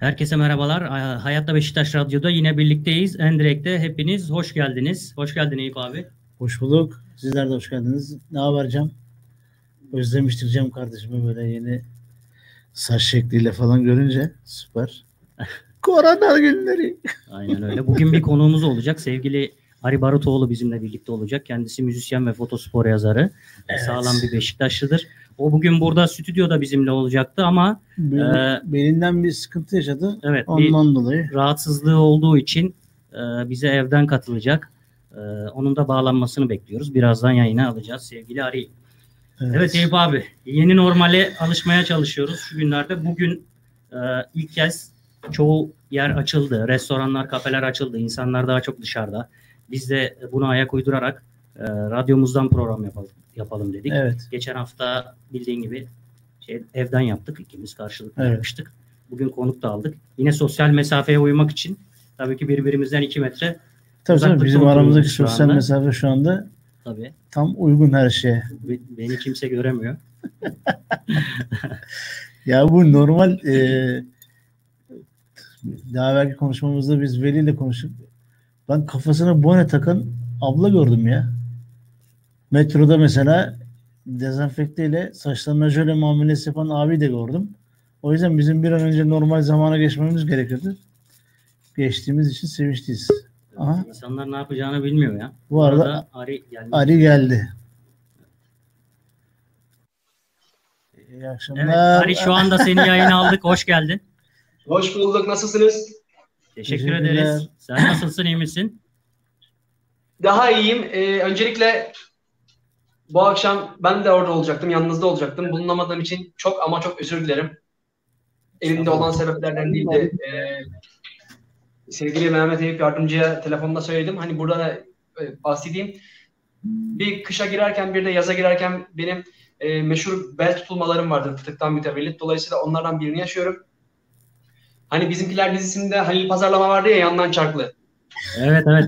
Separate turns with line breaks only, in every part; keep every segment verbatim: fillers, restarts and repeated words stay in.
Herkese merhabalar. Hayatta Beşiktaş Radyo'da yine birlikteyiz. Endirek'te hepiniz hoş geldiniz. Hoş geldin Eyüp abi.
Hoş bulduk. Sizler de hoş geldiniz. Ne haber Cem? Özlemiştir Cem kardeşimi böyle yeni saç şekliyle falan görünce. Süper. Korona günleri.
Aynen öyle. Bugün bir konuğumuz olacak. Sevgili Ari Barutoğlu bizimle birlikte olacak. Kendisi müzisyen ve fotospor yazarı. Evet. Sağlam bir Beşiktaşlıdır. O bugün burada stüdyoda bizimle olacaktı ama
Benim, e, belinden bir sıkıntı yaşadı.
Evet,
ondan dolayı.
Rahatsızlığı olduğu için e, bize evden katılacak. E, onun da bağlanmasını bekliyoruz. Birazdan yayına alacağız sevgili Ari. Evet, evet Eyüp abi. Yeni normale alışmaya çalışıyoruz şu günlerde. Bugün e, ilk kez çoğu yer açıldı. Restoranlar, kafeler açıldı. İnsanlar daha çok dışarıda. Biz de buna ayak uydurarak e, radyomuzdan program yapalım, yapalım dedik.
Evet.
Geçen hafta bildiğin gibi şey, evden yaptık. İkimiz karşılıklı
evet.
yapmıştık. Bugün konuk da aldık. Yine sosyal mesafeye uymak için tabii ki birbirimizden iki metre
tabii tabii bizim aramızdaki sosyal mesafe şu anda
tabii.
Tam uygun her şeye.
Beni kimse göremiyor.
Ya bu normal e, daha belki konuşmamızda biz Veli ile konuştuk. Ben kafasına bone takan abla gördüm ya. Metroda mesela dezenfekte ile saçlarına jöle muamelesi yapan abi de gördüm. O yüzden bizim bir an önce normal zamana geçmemiz gerekiyordu. Geçtiğimiz için sevinçliyiz.
Aha. İnsanlar ne yapacağını bilmiyor ya.
Bu arada, arada
Ari geldi.
Ari geldi. İyi akşamlar.
Evet, Ari şu anda seni yayına aldık. Hoş geldin.
Hoş bulduk. Nasılsınız?
Teşekkür ederiz. Sen nasılsın? İyi misin?
Daha iyiyim. Ee, öncelikle bu akşam ben de orada olacaktım. Yanınızda olacaktım. Bulunamadığım için çok ama çok özür dilerim. Elimde olan sebeplerden değil de e, sevgili Mehmet Eyüp Yardımcı'ya telefonda söyledim. Hani burada da e, bahsedeyim. Bir kışa girerken bir de yaza girerken benim e, meşhur bel tutulmalarım vardır fıtıktan mütevellit. Dolayısıyla onlardan birini yaşıyorum. Hani Bizimkiler dizisinde Halil Pazarlama vardı ya, yandan çarklı.
Evet evet.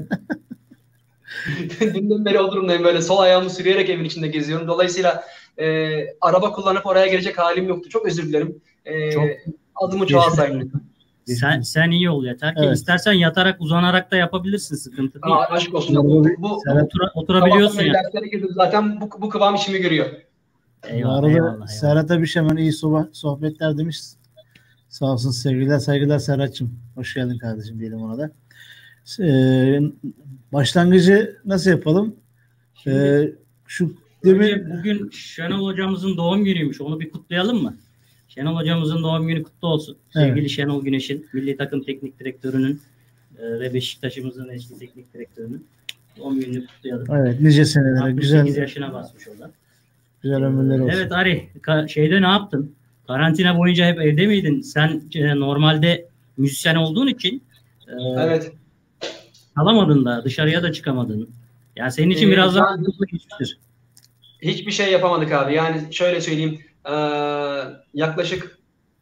Dünden beri o durumdayım, böyle sol ayağımı sürüyerek evin içinde geziyorum. Dolayısıyla e, araba kullanıp oraya gelecek halim yoktu. Çok özür dilerim. E, Çok adımı çoğalsaydım.
Sen, sen iyi ol yeter ki. Evet. İstersen yatarak uzanarak da yapabilirsin, sıkıntı değil.
Aa, aşk olsun. Bu, bu,
Otura, oturabiliyorsun ya.
Zaten bu, bu kıvam işimi görüyor.
Eyvallah, bu arada eyvallah, Serhat'a bir şey hemen iyi sohbetler demiş. Sağ olsun, sevgiler saygılar Serhat'cığım. Hoş geldin kardeşim diyelim ona da. Ee, başlangıcı nasıl yapalım? Ee, şu
demin... Bugün Şenol hocamızın doğum günüymüş. Onu bir kutlayalım mı? Şenol hocamızın doğum günü kutlu olsun. Evet. Sevgili Şenol Güneş'in, milli takım teknik direktörünün e, ve Beşiktaş'ımızın eski teknik direktörünün doğum gününü kutlayalım.
Evet, nice senelere. Güzel.
sekiz yaşına basmış o da.
Güzel ömürler olsun.
Evet Ari, şeyde ne yaptın? Karantina boyunca hep evde miydin? Sen e, normalde müzisyen olduğun için
e, evet.
Kalamadın da, dışarıya da çıkamadın. Yani senin için ee, biraz daha hızlı geçmiştir.
Hiçbir şey yapamadık abi. Yani şöyle söyleyeyim. E, yaklaşık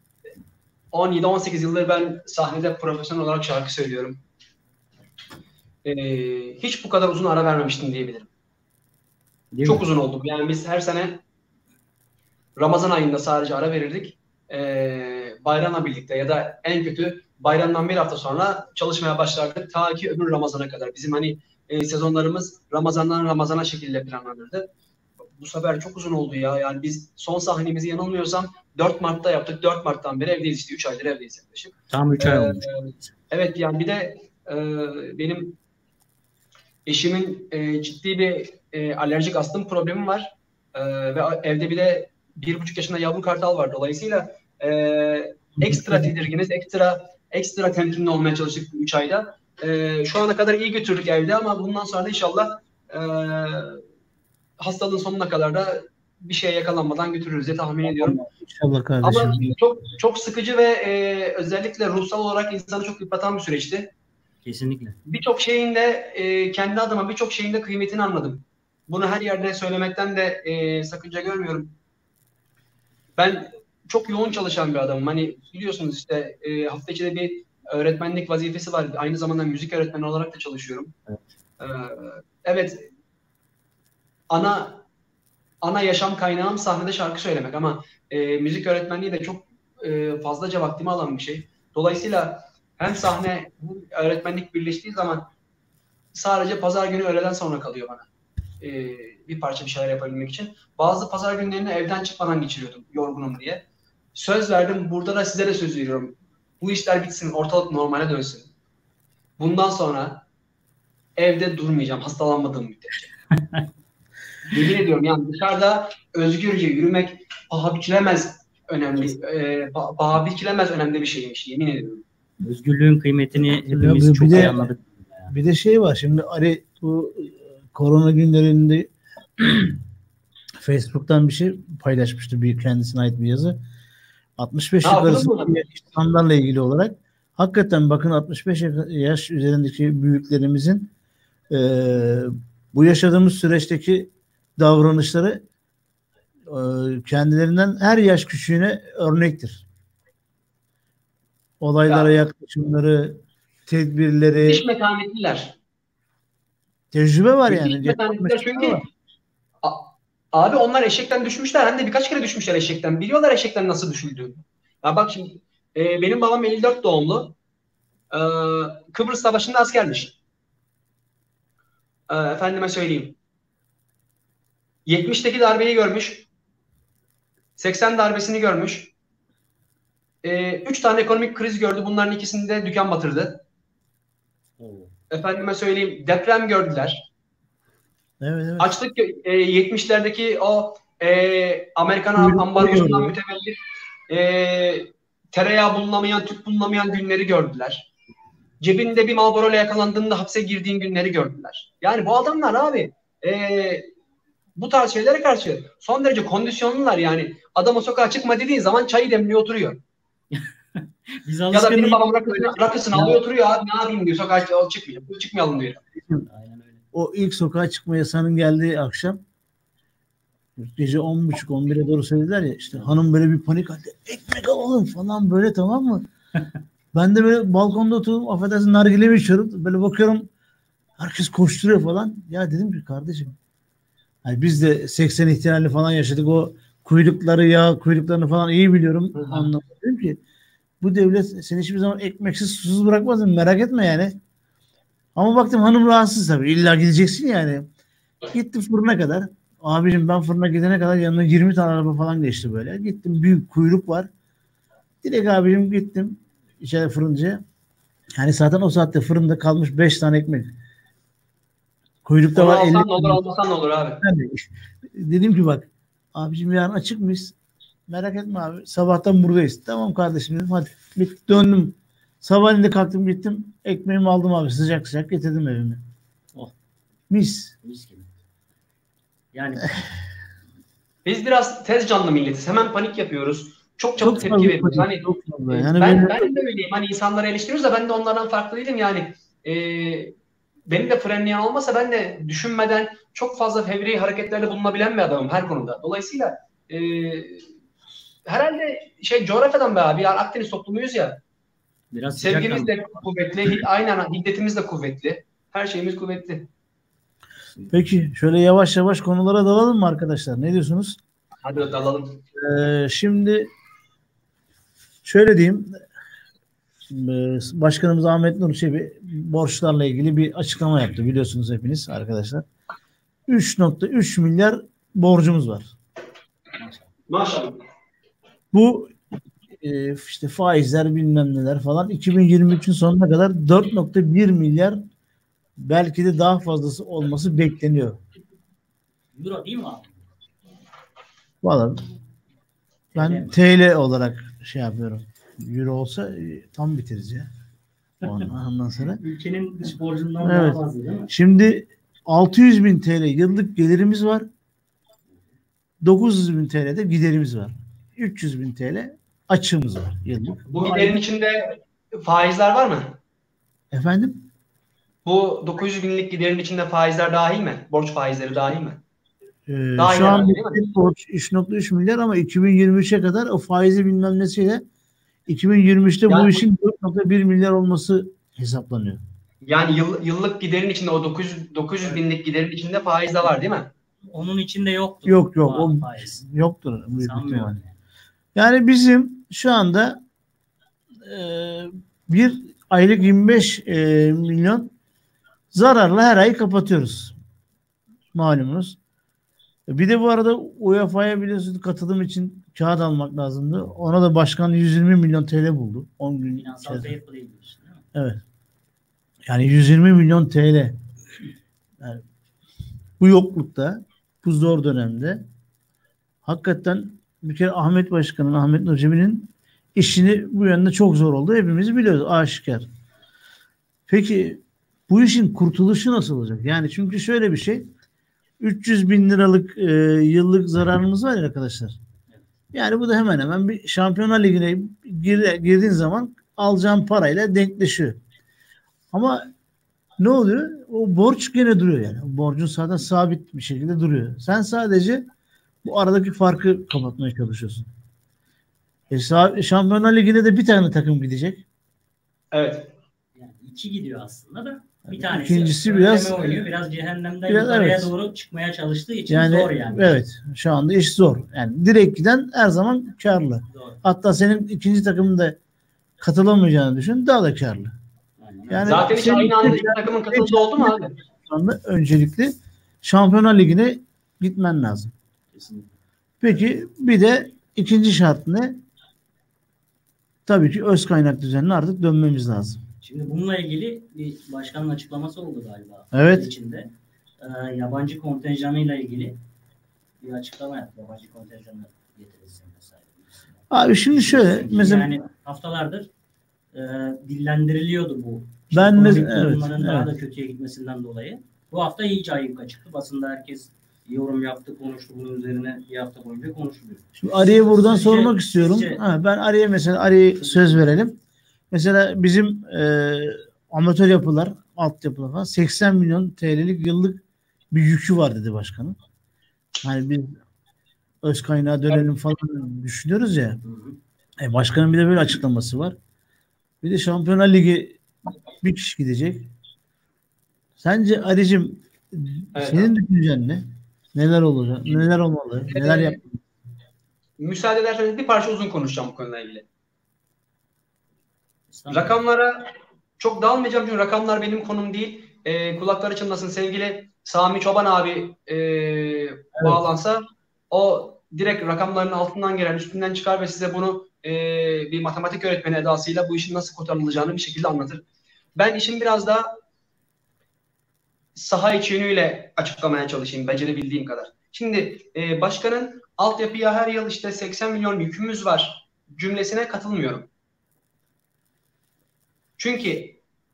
on yedi on sekiz yıldır ben sahnede profesyonel olarak şarkı söylüyorum. E, hiç bu kadar uzun ara vermemiştim diyebilirim. Değil Çok mi? uzun oldu. Yani biz her sene Ramazan ayında sadece ara verirdik. Ee, bayramla birlikte ya da en kötü bayramdan bir hafta sonra çalışmaya başlardık. Ta ki öbür Ramazan'a kadar. Bizim hani e, sezonlarımız Ramazan'dan Ramazan'a şekilde planlanırdı. Bu sefer çok uzun oldu ya. Yani biz son sahnemizi yanılmıyorsam dört Mart'ta yaptık. dört Mart'tan beri evdeyiz işte. üç aydır evdeyiz yaklaşık.
Tam üç ay olmuş.
Ee, evet yani bir de e, benim eşimin e, ciddi bir e, alerjik astım problemi var. E, ve evde bir de bir buçuk yaşında yavru kartal var. Dolayısıyla e, ekstra tedirginiz, ekstra ekstra temkinli olmaya çalıştık üç ayda. E, şu ana kadar iyi götürdük evde ama bundan sonra da inşallah e, hastalığın sonuna kadar da bir şeye yakalanmadan götürürüz diye tahmin ediyorum.
İnşallah kardeşim.
Ama çok çok sıkıcı ve e, özellikle ruhsal olarak insanı çok yıpratan bir süreçti.
Kesinlikle.
Birçok şeyin de e, kendi adıma birçok şeyin de kıymetini anladım. Bunu her yerde söylemekten de e, sakınca görmüyorum. Ben çok yoğun çalışan bir adamım. Hani biliyorsunuz işte e, hafta içinde bir öğretmenlik vazifesi var. Aynı zamanda müzik öğretmeni olarak da çalışıyorum. Evet. Ee, evet. Ana ana yaşam kaynağım sahnede şarkı söylemek ama e, müzik öğretmenliği de çok e, fazlaca vaktimi alan bir şey. Dolayısıyla hem sahne hem öğretmenlik birleştiği zaman sadece pazar günü öğleden sonra kalıyor bana. Ee, bir parça bir şeyler yapabilmek için. Bazı pazar günlerini evden çıkmadan geçiriyordum yorgunum diye. Söz verdim. Burada da size de söz veriyorum. Bu işler bitsin. Ortalık normale dönsün. Bundan sonra evde durmayacağım. Hastalanmadığım müddetçe. Yemin ediyorum yani dışarıda özgürce yürümek paha biçilemez önemli. E, paha biçilemez önemli bir şeymiş. Yemin ediyorum.
Özgürlüğün kıymetini hepimiz
bir
çok
de,
iyi anladık.
Bir de şey var. Şimdi Ali bu korona günlerinde Facebook'tan bir şey paylaşmıştı. Bir kendisine ait bir yazı. altmış beş yaş arasındaki insanlarla ilgili olarak hakikaten bakın altmış beş yaş üzerindeki büyüklerimizin e, bu yaşadığımız süreçteki davranışları e, kendilerinden her yaş küçüğüne örnektir. Olaylara ya, yaklaşımları, tedbirleri.
Müthiş metanetliler.
Tecrübe var
müthiş
yani.
Metanetliler çünkü var. Abi onlar eşekten düşmüşler. Hem de birkaç kere düşmüşler eşekten. Biliyorlar eşekten nasıl düşüldüğünü. Ya bak şimdi e, benim babam elli dört doğumlu. E, Kıbrıs Savaşı'nda askermiş. E, efendime söyleyeyim. yetmişteki darbeyi görmüş. seksen darbesini görmüş. E, üç tane ekonomik kriz gördü. Bunların ikisinde dükkan batırdı. Oo. Efendime söyleyeyim. Deprem gördüler.
Evet, evet.
Açlık e, yetmişlerdeki o e, Amerikan ambargosundan mütevellit e, tereyağı bulunamayan, tüp bulunamayan günleri gördüler. Cebinde bir Marlboro'yla yakalandığında hapse girdiğin günleri gördüler. Yani bu adamlar abi e, bu tarz şeylere karşı son derece kondisyonlular yani. Adama sokağa çıkma dediğin zaman çayı demliyor oturuyor. Ya da benim babam rakısını, rakısını alıyor oturuyor abi ne yapayım diyor sokağa çıkmayalım, çıkmayalım diyor.
Aynen öyle. O ilk sokağa çıkma yasağının geldiği akşam gece on buçuk on bire doğru söylediler ya işte hanım böyle bir panik halde ekmek alalım falan böyle tamam mı? Ben de böyle balkonda oturdum affedersin nargilemi içiyorum böyle bakıyorum herkes koşturuyor falan. Ya dedim ki kardeşim yani biz de seksen ihtilali falan yaşadık o kuyrukları ya kuyruklarını falan iyi biliyorum. Anladım. Dedim ki bu devlet seni hiçbir zaman ekmeksiz susuz bırakmaz merak etme yani. Ama baktım hanım rahatsız tabii. İlla gideceksin yani. Gittim fırına kadar. Abicim ben fırına gidene kadar yanına yirmi tane araba falan geçti böyle. Gittim büyük kuyruk var. Direkt abicim gittim içeri fırıncıya. Yani zaten o saatte fırında kalmış beş tane ekmek. Kuyrukta var.
Alsan ne olur almasan ne olur abi.
Yani, dedim ki bak abicim yarın açık mıyız? Merak etme abi. Sabahtan buradayız. Tamam kardeşim dedim hadi. Döndüm. Sabahleyin de kalktım gittim. Ekmeğimi aldım abi sıcak sıcak getirdim evime. Oh. Mis.
Mis gibi. Yani
biz biraz tez canlı milletiz. Hemen panik yapıyoruz. Çok çabuk çok tepki veriyoruz. Hani
yani
ben, ben de öyleyim. Hani insanları eleştiriyoruz da ben de onlardan farklı değilim. Yani e, benim de frenleyen olmasa ben de düşünmeden çok fazla fevri hareketlerle bulunabilen bir adamım her konuda. Dolayısıyla e, herhalde şey coğrafyadan be abi. Yani Akdeniz toplumuyuz ya. Biraz sevgimiz de kuvvetli. Aynen hiddetimiz de kuvvetli. Her şeyimiz kuvvetli.
Peki şöyle yavaş yavaş konulara dalalım mı arkadaşlar? Ne diyorsunuz?
Hadi dalalım.
Ee, şimdi şöyle diyeyim. Başkanımız Ahmet Nur Çebi borçlarla ilgili bir açıklama yaptı. Biliyorsunuz hepiniz arkadaşlar. üç nokta üç milyar borcumuz var.
Maşallah.
Bu e, işte faizler bilmem neler falan iki bin yirmi üçün sonuna kadar dört nokta bir milyar belki de daha fazlası olması bekleniyor.
Euro değil mi abi?
Vallahi ben T L olarak şey yapıyorum. Euro olsa e, tam biteriz ya. Ondan sonra.
Ülkenin dış borcundan
evet.
daha fazla değil mi?
Şimdi altı yüz bin T L yıllık gelirimiz var. dokuz yüz bin T L'de giderimiz var. üç yüz bin T L açığımız var yıllık.
Bu giderin içinde faizler var mı?
Efendim?
Bu dokuz yüz binlik giderin içinde faizler dahil mi? Borç faizleri dahil mi?
Ee, dahil şu an borç üç nokta üç milyar ama iki bin yirmi üçe kadar o faizi bilmem nesiyle iki bin yirmi üçte yani, bu işin dört nokta bir milyar olması hesaplanıyor.
Yani yıl, yıllık giderin içinde o dokuz yüz, dokuz yüz binlik giderin içinde faiz de var değil mi?
Onun içinde yoktur.
Yok yok. O faiz. Yoktur. Yani bizim şu anda e, bir aylık yirmi beş e, milyon zararla her ay kapatıyoruz. Malumunuz. Bir de bu arada U E F A'ya biliyorsunuz katılım için kağıt almak lazımdı. Ona da başkan yüz yirmi milyon T L buldu. on gün
Finansal fair play diyorsun, değil mi?
Evet. Yani yüz yirmi milyon T L. Yani bu yoklukta, bu zor dönemde hakikaten bir kere Ahmet Başkan'ın, Ahmet Nur Çebi'nin işini bu yönde çok zor oldu. Hepimiz biliyoruz. Aşikar. Peki bu işin kurtuluşu nasıl olacak? Yani çünkü şöyle bir şey, üç yüz bin liralık e, yıllık zararımız var ya arkadaşlar. Yani bu da hemen hemen bir Şampiyonlar Ligi'ne gir, girdiğin zaman alacağın parayla denkleşiyor. Ama ne oluyor? O borç gene duruyor yani. O borcun zaten sabit bir şekilde duruyor. Sen sadece bu aradaki farkı kapatmaya çalışıyorsun. E, Şampiyonlar Ligi'ne de bir tane takım gidecek.
Evet.
Yani iki gidiyor aslında da. Bir tanesi
İkincisi biraz
oynuyor. Biraz cehennemden
biraz,
yukarıya
evet.
doğru çıkmaya çalıştığı için
yani,
zor yani.
Evet. Şu anda iş zor. Yani direkt giden her zaman karlı.
Zor.
Hatta senin ikinci takımın da katılamayacağını düşün. Daha da karlı.
Yani zaten hiç aynı anda iki takımın katıldığı oldu mu abi?
Şu anda öncelikli Şampiyonlar Ligi'ne gitmen lazım.
Kesinlikle.
Peki bir de ikinci şart ne? Tabii ki öz kaynak düzenine artık dönmemiz lazım.
Şimdi bununla ilgili bir başkanın açıklaması oldu galiba.
Evet.
İçinde. Ee, yabancı kontenjanıyla ilgili bir açıklama yaptı. Yabancı kontenjanı getirilsin vesaire.
Abi şimdi şöyle mesela
yani haftalardır e, dillendiriliyordu bu.
Ben
ekonomik
mes-
durumların
evet,
daha
evet.
da kötüye gitmesinden dolayı. Bu hafta iyice ayyuka çıktı. Basında herkes yorum yaptı, konuştu. Bunun üzerine bir hafta boyunca konuşuluyor.
Şimdi Ari'ye buradan
Sizce-
sormak istiyorum.
sizce-
Ha, ben Ari'ye mesela Ari'ye söz verelim. Mesela bizim e, amatör yapılar, altyapılar falan seksen milyon T L'lik yıllık bir yükü var dedi başkanım. Hani biz öz kaynağa dönelim falan düşünüyoruz ya.
Hı hı.
E, başkanın bir de böyle açıklaması var. Bir de Şampiyonlar Ligi bir kişi gidecek. Sence Ali'cim
Evet,
senin düşüncen ne? Neler olacak? Neler olmalı? Neler
Ee,
yapmalı?
Müsaade ederseniz bir parça uzun konuşacağım bu konuyla ilgili.
Estağfurullah.
Rakamlara çok dalmayacağım çünkü rakamlar benim konum değil. Ee, kulakları çınlasın sevgili Sami Çoban abi e, bağlansa o direkt rakamların altından gelen üstünden çıkar ve size bunu e, bir matematik öğretmeni edasıyla bu işin nasıl kurtarılacağını bir şekilde anlatır. Ben işin biraz daha saha içi yönüyle açıklamaya çalışayım becerebildiğim kadar. Şimdi e, başkanın altyapıya her yıl işte seksen milyon yükümüz var cümlesine katılmıyorum. Çünkü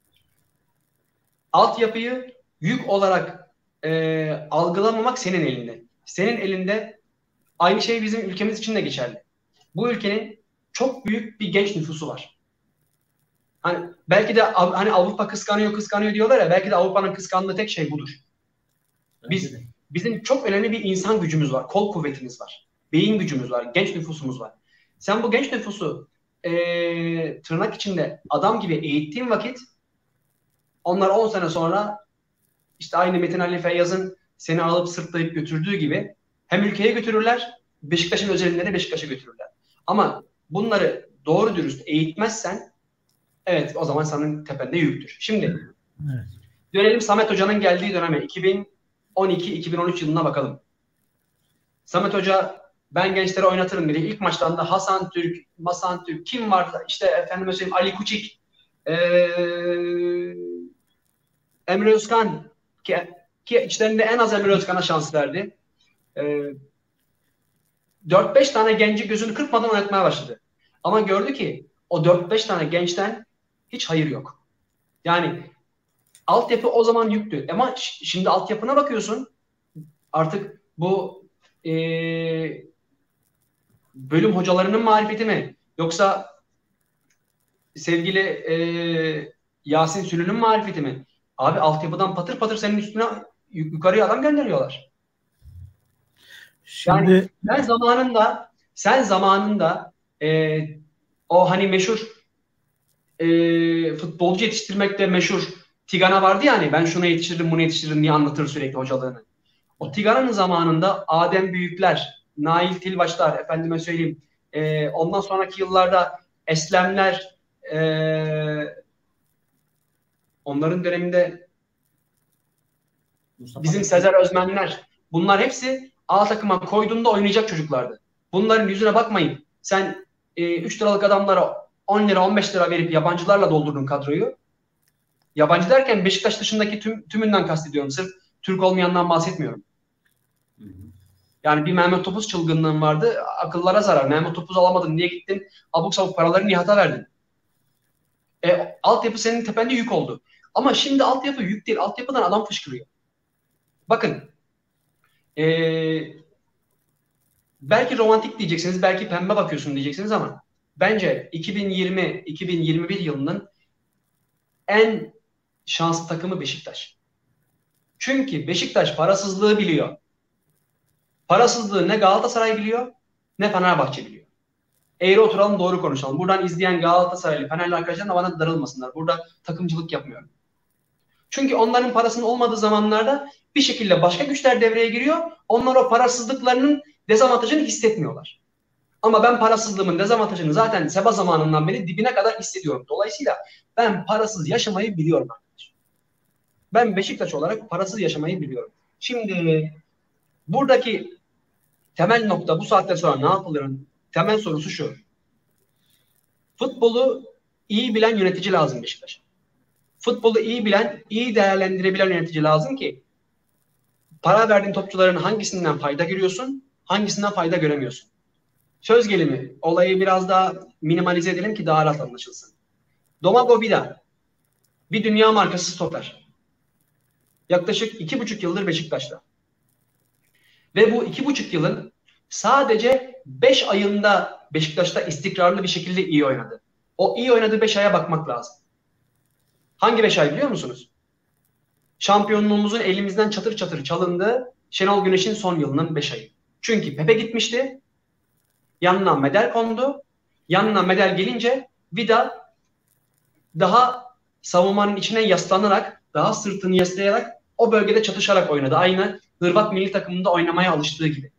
altyapıyı yük olarak e, algılamamak senin elinde. Senin elinde aynı şey bizim ülkemiz için de geçerli. Bu ülkenin çok büyük bir genç nüfusu var. Hani belki de hani Avrupa kıskanıyor kıskanıyor diyorlar ya, belki de Avrupa'nın kıskandığı tek şey budur. Biz bizim çok önemli bir insan gücümüz var, kol kuvvetimiz var, beyin gücümüz var, genç nüfusumuz var. Sen bu genç nüfusu e, tırnak içinde adam gibi eğittiğin vakit onlar on sene sonra işte aynı Metin Ali Feyyaz'ın seni alıp sırtlayıp götürdüğü gibi hem ülkeye götürürler, Beşiktaş'ın özelinde de Beşiktaş'a götürürler. Ama bunları doğru dürüst eğitmezsen evet o zaman senin tepende yüktür. Şimdi
Evet.
dönelim Samet Hoca'nın geldiği döneme iki bin on iki iki bin on üç yılına bakalım. Samet Hoca ben gençlere oynatırım dedi. İlk maçlarında Hasan Türk, Masan Türk kim vardı? İşte efendime söyleyeyim Ali Kuçik, ee, Emre Özkan ki, ki içlerinde en az Emre Özkan'a şans verdi. Ee, dört beş tane genci gözünü kırpmadan oynatmaya başladı. Ama gördü ki o dört beş tane gençten hiç hayır yok. Yani altyapı o zaman yüktü. Ama şimdi altyapına bakıyorsun artık bu e, bölüm hocalarının marifeti mi? Yoksa sevgili e, Yasin Sülü'nün marifeti mi? Abi altyapıdan patır patır senin üstüne yukarıya adam gönderiyorlar.
Şimdi
yani sen zamanında sen zamanında e, o hani meşhur e, futbolcu yetiştirmekte meşhur Tigana vardı ya hani ben şuna yetiştiririm bunu yetiştiririm diye anlatır sürekli hocalığını. O Tigana'nın zamanında Adem Büyükler, Nail Tilbaşlar, efendime söyleyeyim e, ondan sonraki yıllarda Eslemler, Ee, onların döneminde
Mustafa
bizim
Bey.
Sezer Özmenler, bunlar hepsi A takıma koyduğunda oynayacak çocuklardı. Bunların yüzüne bakmayın. Sen e, üç liralık adamlara on lira on beş lira verip yabancılarla doldurdun kadroyu. Yabancı derken Beşiktaş dışındaki tüm, tümünden kastediyorum. Sırf Türk olmayandan bahsetmiyorum.
Hı hı.
Yani bir Mehmet Topuz çılgınlığın vardı. Akıllara zarar. Mehmet Topuz alamadın diye gittin. Abuk sabuk paraları Nihat'a verdin. E, altyapı senin tepende yük oldu. Ama şimdi altyapı yük değil. Altyapıdan adam fışkırıyor. Bakın. Ee, belki romantik diyeceksiniz. Belki pembe bakıyorsun diyeceksiniz ama bence iki bin yirmi iki bin yirmi bir yılının en şanslı takımı Beşiktaş. Çünkü Beşiktaş parasızlığı biliyor. Parasızlığı ne Galatasaray biliyor ne Fenerbahçe biliyor. Eğri oturalım, doğru konuşalım. Buradan izleyen Galatasaraylı, Fenerli arkadaşlar da bana darılmasınlar. Burada takımcılık yapmıyorum. Çünkü onların parasının olmadığı zamanlarda bir şekilde başka güçler devreye giriyor. Onlar o parasızlıklarının dezavantajını hissetmiyorlar. Ama ben parasızlığımın dezavantajını zaten Seba zamanından beri dibine kadar hissediyorum. Dolayısıyla ben parasız yaşamayı biliyorum arkadaşlar. Ben Beşiktaş olarak parasız yaşamayı biliyorum. Şimdi buradaki temel nokta, bu saatten sonra ne yapılırın temel sorusu şu. Futbolu iyi bilen yönetici lazım Beşiktaş'a. Futbolu iyi bilen, iyi değerlendirebilen yönetici lazım ki para verdiğin topçuların hangisinden fayda görüyorsun, hangisinden fayda göremiyorsun. Söz gelimi, olayı biraz daha minimalize edelim ki daha rahat anlaşılsın. Domago Vida, bir dünya markası stoper. Yaklaşık iki buçuk yıldır Beşiktaş'ta. Ve bu iki buçuk yılın sadece beş ayında Beşiktaş'ta istikrarlı bir şekilde iyi oynadı. O iyi oynadığı beş aya bakmak lazım. Hangi beş ay biliyor musunuz? Şampiyonluğumuzun elimizden çatır çatır çalındığı Şenol Güneş'in son yılının beş ayı. Çünkü Pepe gitmişti. Yanına Medel kondu. Yanına Medel gelince Vida daha savunmanın içine yaslanarak, daha sırtını yaslayarak o bölgede çatışarak oynadı. Aynı Hırvat milli takımında oynamaya alıştığı gibi.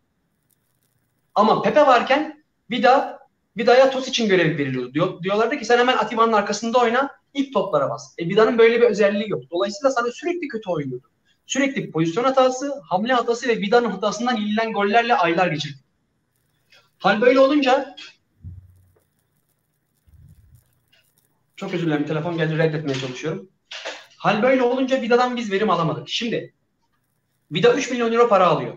Ama Pepe varken Vida, Vida'ya toz için görev veriliyordu. Diyor, diyorlardı ki sen hemen Atiba'nın arkasında oyna, ilk toplara bas. E Vida'nın böyle bir özelliği yok. Dolayısıyla sana sürekli kötü oynuyordu. Sürekli pozisyon hatası, hamle hatası ve Vida'nın hatasından yenilen gollerle aylar geçirdi. Hal böyle olunca çok özür dilerim, telefon geldi, reddetmeye çalışıyorum. Hal böyle olunca Vida'dan biz verim alamadık. Şimdi Vida üç milyon euro para alıyor.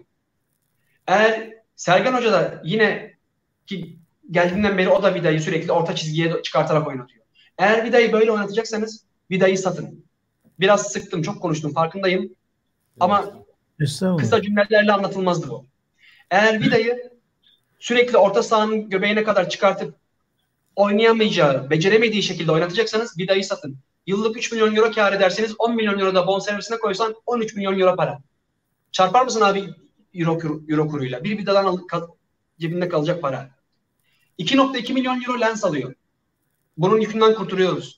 Eğer Sergen Hoca da yine ki geldiğinden beri o da Vida'yı sürekli orta çizgiye çıkartarak oynatıyor. Eğer Vida'yı böyle oynatacaksanız Vida'yı satın. Biraz sıktım, çok konuştum, farkındayım. Ama kısa cümlelerle anlatılmazdı bu. Eğer Vida'yı sürekli orta sahanın göbeğine kadar çıkartıp oynayamayacağı, beceremediği şekilde oynatacaksanız Vida'yı satın. Yıllık üç milyon euro kâr ederseniz on milyon euro da bonservisine koysan on üç milyon euro para. Çarpar mısın abi euro, euro kuruyla? Bir Vida'dan al, kal, cebinde kalacak para. iki nokta iki milyon euro Lens alıyor. Bunun yükünden kurtuluyoruz.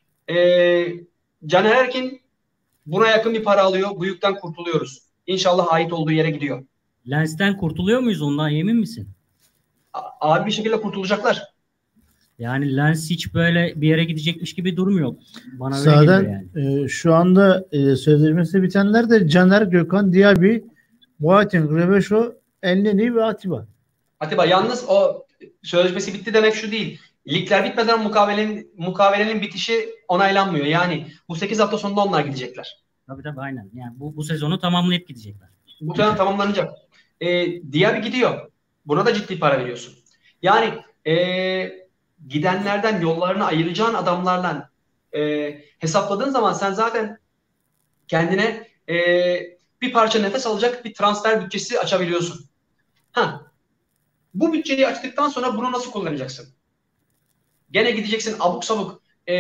Ee, Caner Erkin buna yakın bir para alıyor. Bu yükten kurtuluyoruz. İnşallah ait olduğu yere gidiyor.
Lens'ten kurtuluyor muyuz, ondan emin misin?
A- abi bir şekilde kurtulacaklar.
Yani Lens hiç böyle bir yere gidecekmiş gibi durmuyor. Bana öyle
Zaten
geliyor yani.
e, şu anda e, sözleşmesi bitenler de Caner, Gökhan, Diaby, Boateng, Rebeşo, Elneny ve Atiba.
Atiba yalnız o sözleşmesi bitti demek şu değil. Ligler bitmeden mukavelenin, mukavelenin bitişi onaylanmıyor. Yani bu sekiz hafta sonunda onlar gidecekler.
Tabii tabii aynen. Yani bu, bu sezonu tamamlayıp gidecekler.
Bu sezon tamamlanacak. E, Diaby gidiyor. Buna da ciddi para veriyorsun. Yani e, gidenlerden yollarını ayıracağın adamlarla e, hesapladığın zaman sen zaten kendine e, bir parça nefes alacak bir transfer bütçesi açabiliyorsun. Ha, bu bütçeyi açtıktan sonra bunu nasıl kullanacaksın? Gene gideceksin abuk sabuk e,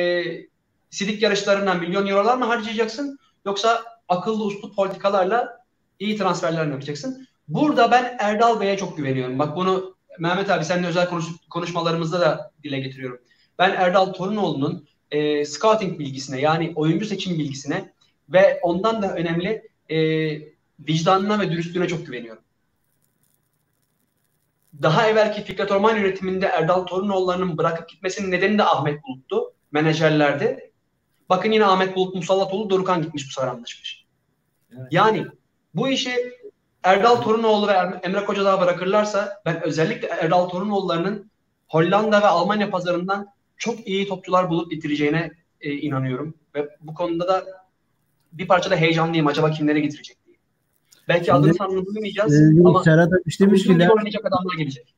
sidik yarışlarından milyon eurolar mı harcayacaksın? Yoksa akıllı uslu politikalarla iyi transferler mi yapacaksın? Burada ben Erdal Bey'e çok güveniyorum. Bak bunu Mehmet abi seninle özel konuş, konuşmalarımızda da dile getiriyorum. Ben Erdal Torunoğlu'nun e, scouting bilgisine, yani oyuncu seçim bilgisine ve ondan da önemli e, vicdanına ve dürüstlüğüne çok güveniyorum. daha evvelki Fikret Orman yönetiminde Erdal Torunoğulları'nın bırakıp gitmesinin nedeni de Ahmet Bulut'tu. Menajerlerdi. Bakın yine Ahmet Bulut Musallatoğlu, Dorukhan gitmiş bu sefer anlaşmış. Evet. Yani bu işi Erdal Torunoğlu ve Emre Kocadağ bırakırlarsa ben özellikle Erdal Torunoğulları'nın Hollanda ve Almanya pazarından çok iyi topçular bulup bitireceğine e, inanıyorum. Ve bu konuda da bir parça da heyecanlıyım. Acaba kimlere getirecek diye. Belki
Şimdi,
adını sanını duymayacağız
e,
ama
Serhat demiş ki
oynayacak adamlar gelecek.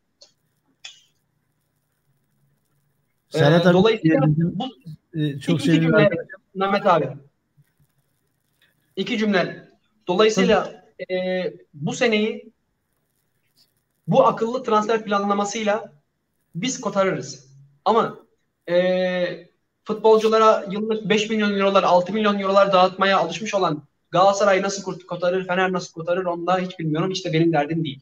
Serhat
ee,
abi
dolayısıyla
bizim,
bu
e, çok
iki, iki cümle
arkadaşlar.
Mehmet abi. İki cümle. Dolayısıyla e, bu seneyi bu akıllı transfer planlamasıyla biz kotarırız. Ama e, futbolculara yıllık beş milyon eurolar, altı milyon eurolar dağıtmaya alışmış olan Galatasaray nasıl kotarır, Fener nasıl kotarır onları hiç bilmiyorum. İşte benim derdim değil.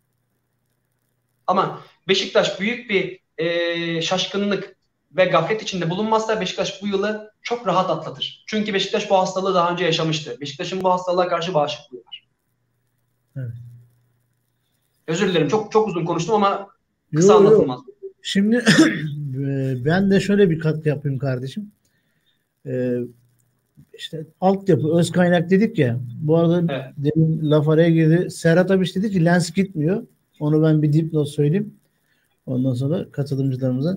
Ama Beşiktaş büyük bir e, şaşkınlık ve gaflet içinde bulunmazsa Beşiktaş bu yılı çok rahat atlatır. Çünkü Beşiktaş bu hastalığı daha önce yaşamıştı. Beşiktaş'ın bu hastalığa karşı bağışıklığı var.
Evet.
Özür dilerim. Çok çok uzun konuştum ama kısa
Yo, yo.
anlatılmaz.
Şimdi ben de şöyle bir katkı yapayım kardeşim. Ee, işte altyapı, öz kaynak dedik ya. Bu arada
Evet.
demin laf araya girdi. Serhat Abiş dedi ki lens gitmiyor. Onu ben bir dipnot söyleyeyim. Ondan sonra katılımcılarımıza.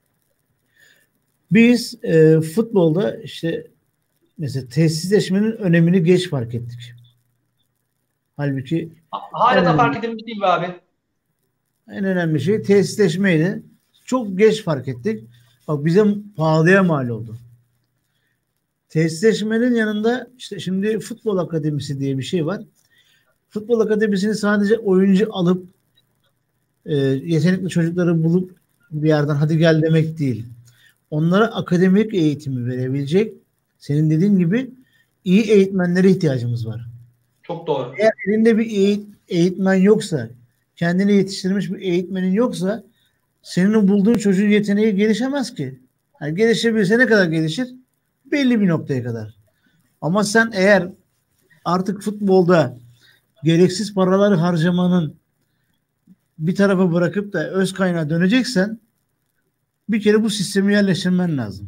Biz e, futbolda işte mesela tesisleşmenin önemini geç fark ettik. Halbuki
Hala da fark edilmiş değil mi abi?
en önemli şey tesisleşmeydi. Çok geç fark ettik. Bak bize pahalıya mal oldu. Tesisleşmenin yanında işte şimdi futbol akademisi diye bir şey var. Futbol akademisini sadece oyuncu alıp e, yetenekli çocukları bulup bir yerden hadi gel demek değil. Onlara akademik eğitimi verebilecek, senin dediğin gibi iyi eğitmenlere ihtiyacımız var.
Çok doğru.
Eğer elinde bir eğit, eğitmen yoksa, kendini yetiştirmiş bir eğitmenin yoksa senin bulduğun çocuğun yeteneği gelişemez ki. Yani gelişebilse ne kadar gelişir? Belli bir noktaya kadar. Ama sen eğer artık futbolda gereksiz paraları harcamanın bir tarafa bırakıp da öz kaynağa döneceksen bir kere bu sistemi yerleştirmen lazım.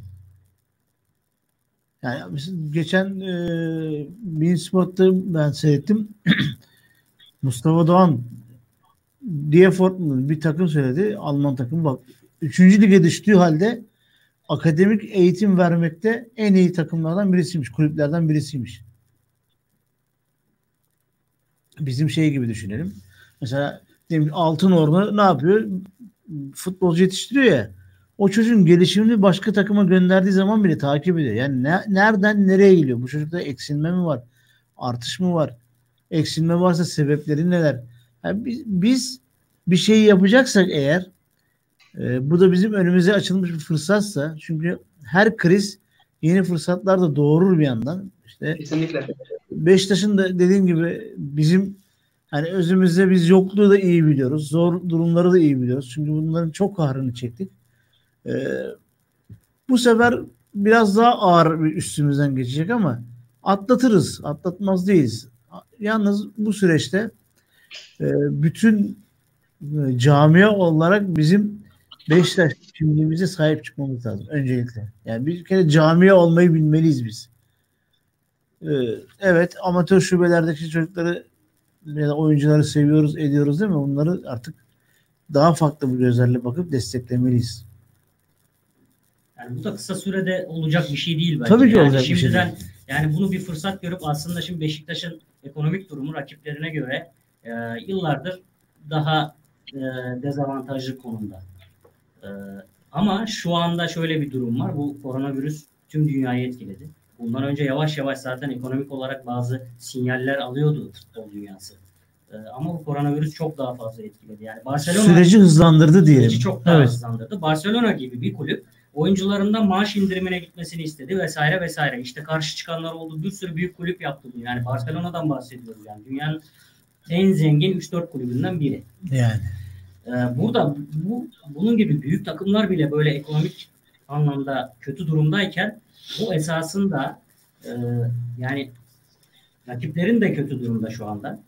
Yani geçen e, Beansport'ta ben seyrettim. Mustafa Doğan Diefort bir takım söyledi. Alman takım bak. Üçüncü lige düştüğü halde akademik eğitim vermekte en iyi takımlardan birisiymiş. Kulüplerden birisiymiş. Bizim şey gibi düşünelim. Mesela Altınordu ne yapıyor? Futbolcu yetiştiriyor ya. O çocuğun gelişimini başka takıma gönderdiği zaman bile takip ediyor. Yani ne, nereden nereye geliyor? Bu çocukta eksilme mi var? Artış mı var? Eksilme varsa sebepleri neler? Yani biz, biz bir şeyi yapacaksak eğer e, bu da bizim önümüze açılmış bir fırsatsa çünkü her kriz yeni fırsatlar da doğurur bir yandan. İşte
kesinlikle.
Beşiktaş'ın da dediğim gibi bizim hani özümüzde biz yokluğu da iyi biliyoruz. Zor durumları da iyi biliyoruz. Çünkü bunların çok kahrını çektik. Ee, bu sefer biraz daha ağır bir üstümüzden geçecek ama atlatırız. Atlatmaz değiliz. Yalnız bu süreçte e, bütün e, camia olarak bizim Beşiktaş kimliğimize sahip çıkmamız lazım öncelikle. Yani bir kere camia olmayı bilmeliyiz biz. Ee, evet amatör şubelerdeki çocukları ya da oyuncuları seviyoruz, ediyoruz değil mi? Onları artık daha farklı bir gözlerle bakıp desteklemeliyiz.
Yani bu da kısa sürede olacak bir şey değil bence.
Tabii ki
yani
olacak
şimdiden,
bir şey değil.
Yani bunu bir fırsat görüp aslında şimdi Beşiktaş'ın ekonomik durumu rakiplerine göre e, yıllardır daha e, dezavantajlı konumda. E, ama şu anda şöyle bir durum var. Bu koronavirüs tüm dünyayı etkiledi. Bundan önce yavaş yavaş zaten ekonomik olarak bazı sinyaller alıyordu futbol dünyası. Ee, ama bu koronavirüs çok daha fazla etkiledi. Yani Barcelona
süreci hızlandırdı diyelim.
Süreci çok daha
evet.
hızlandırdı. Barcelona gibi bir kulüp oyuncularından maaş indirimine gitmesini istedi vesaire vesaire. İşte karşı çıkanlar oldu. Bir sürü büyük kulüp yaptı bunu. Yani Barcelona'dan bahsediyoruz yani. Dünyanın en zengin üç dört kulübünden biri.
Yani.
Ee, burada bu bunun gibi büyük takımlar bile böyle ekonomik anlamda kötü durumdayken bu esasında e, yani rakiplerin de kötü durumda şu anda.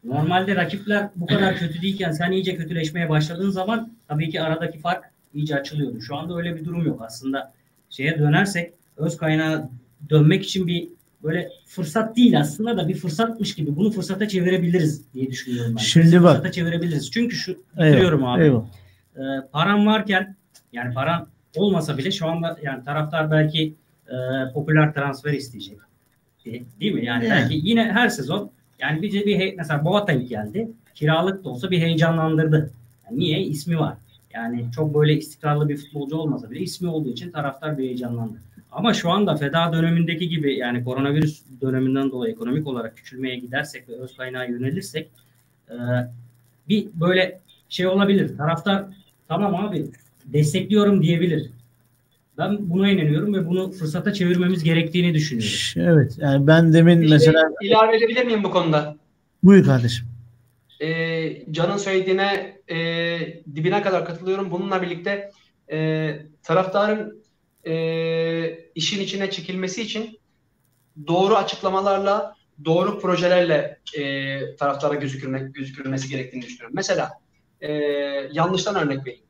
Normalde rakipler bu kadar kötü değilken sen iyice kötüleşmeye başladığın zaman tabii ki aradaki fark iyice açılıyordu. Şu anda öyle bir durum yok. Aslında şeye dönersek öz kaynağa dönmek için bir böyle fırsat değil aslında da bir fırsatmış gibi bunu fırsata çevirebiliriz diye düşünüyorum ben.
Şimdi
Kesin
bak.
Fırsata çevirebiliriz. Çünkü şu
Eyvallah,
diyorum abi.
eyvallah.
E, param varken yani paran olmasa bile şu anda yani taraftar belki e, popüler transfer isteyecek. Değil mi? Yani
Yeah.
belki yine her sezon yani bir, bir mesela Boateng geldi. Kiralık da olsa bir heyecanlandırdı. Yani niye? İsmi var. Yani çok böyle istikrarlı bir futbolcu olmasa bile ismi olduğu için taraftar bir heyecanlandı. Ama şu anda feda dönemindeki gibi yani koronavirüs döneminden dolayı ekonomik olarak küçülmeye gidersek ve öz kaynağa yönelirsek e, bir böyle şey olabilir. Taraftar tamam abi destekliyorum diyebilir. Ben buna inanıyorum ve bunu fırsata çevirmemiz gerektiğini düşünüyorum.
Evet. Yani ben demin
Bir
mesela
şey ilave edebilir miyim bu konuda?
buyur kardeşim.
Ee, Can'ın söylediğine e, dibine kadar katılıyorum. Bununla birlikte e, taraftarın e, işin içine çekilmesi için doğru açıklamalarla, doğru projelerle e, taraftara gözükülme, gözükülmesi gerektiğini düşünüyorum. Mesela e, yanlıştan örnek vereyim.